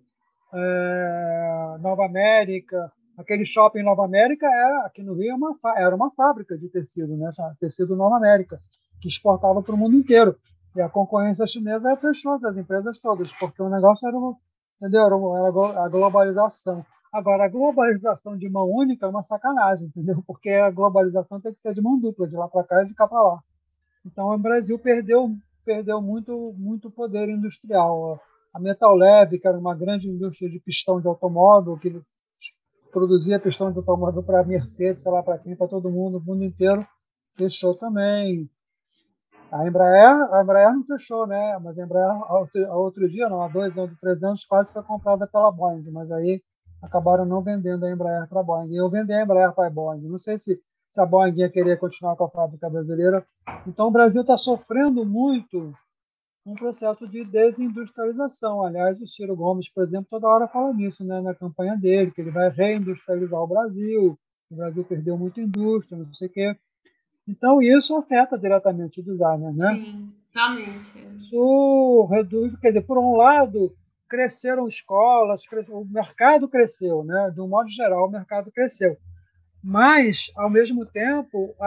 Nova América. Aquele shopping Nova América aqui no Rio era uma fábrica de tecido, né? Tecido Nova América, que exportava para o mundo inteiro. E a concorrência chinesa fechou as empresas todas, porque o negócio entendeu? Era a globalização. Agora, a globalização de mão única é uma sacanagem, entendeu? Porque a globalização tem que ser de mão dupla, de lá para cá e de cá para lá. Então, o Brasil perdeu muito poder industrial. A Metal Leve, que era uma grande indústria de pistão de automóvel, que produzia pistão de automóvel para a Mercedes, sei lá para quem, para todo mundo, o mundo inteiro, fechou também. A Embraer não fechou, né? Mas a Embraer, há outro dia, não, há 2 anos, 3 anos, quase foi comprada pela Boeing, mas aí acabaram não vendendo a Embraer para a Boeing. E eu vendi a Embraer para a Boeing. Não sei se a Boeing ia querer continuar com a fábrica brasileira. Então, o Brasil está sofrendo muito um processo de desindustrialização. Aliás, o Ciro Gomes, por exemplo, toda hora fala nisso, né, na campanha dele, que ele vai reindustrializar o Brasil perdeu muita indústria, não sei o quê. Então, isso afeta diretamente o designer, né? Sim, realmente. Isso reduz, quer dizer, por um lado, cresceram escolas, o mercado cresceu, né? De um modo geral, o mercado cresceu. Mas, ao mesmo tempo,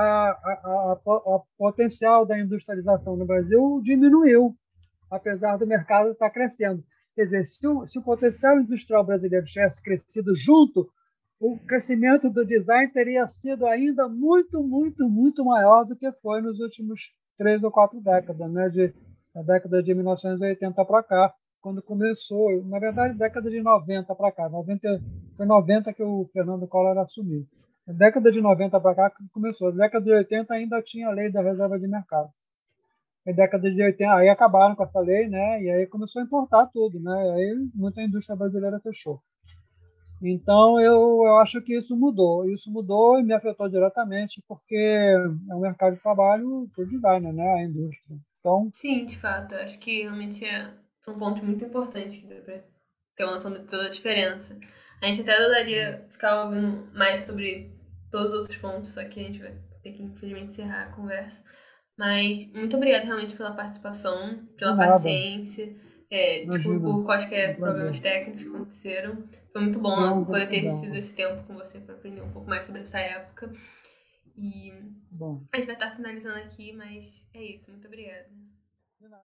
a potencial da industrialização no Brasil diminuiu, apesar do mercado estar crescendo. Quer dizer, se o potencial industrial brasileiro tivesse crescido junto, o crescimento do design teria sido ainda muito, muito, muito maior do que foi nos últimos 3 ou 4 décadas, né? Da década de 1980 para cá, quando começou, na verdade, década de 90 para cá. Foi 90 que o Fernando Collor assumiu. Na década de 90 para cá começou. Na década de 80 ainda tinha a lei da reserva de mercado. Na década de 80, aí acabaram com essa lei, né? E aí começou a importar tudo, né? Aí muita indústria brasileira fechou. Então, eu acho que isso mudou. Isso mudou e me afetou diretamente, porque é um mercado de trabalho para o designer, né? A indústria. Então, Sim, de fato, eu acho que realmente são pontos muito importantes que dá pra ter uma noção de toda a diferença. A gente até adoraria ficar ouvindo mais sobre todos os outros pontos, só que a gente vai ter que, infelizmente, encerrar a conversa. Mas muito obrigada realmente pela participação, de pela nada. paciência. Desculpa Imagina. por É um quaisquer problemas prazer. técnicos que aconteceram. Foi muito Não, bom poder ter sido gratidão. esse tempo com você para aprender um pouco mais sobre essa época. E Bom, a gente vai estar finalizando aqui, mas é isso. Muito obrigada. de nada.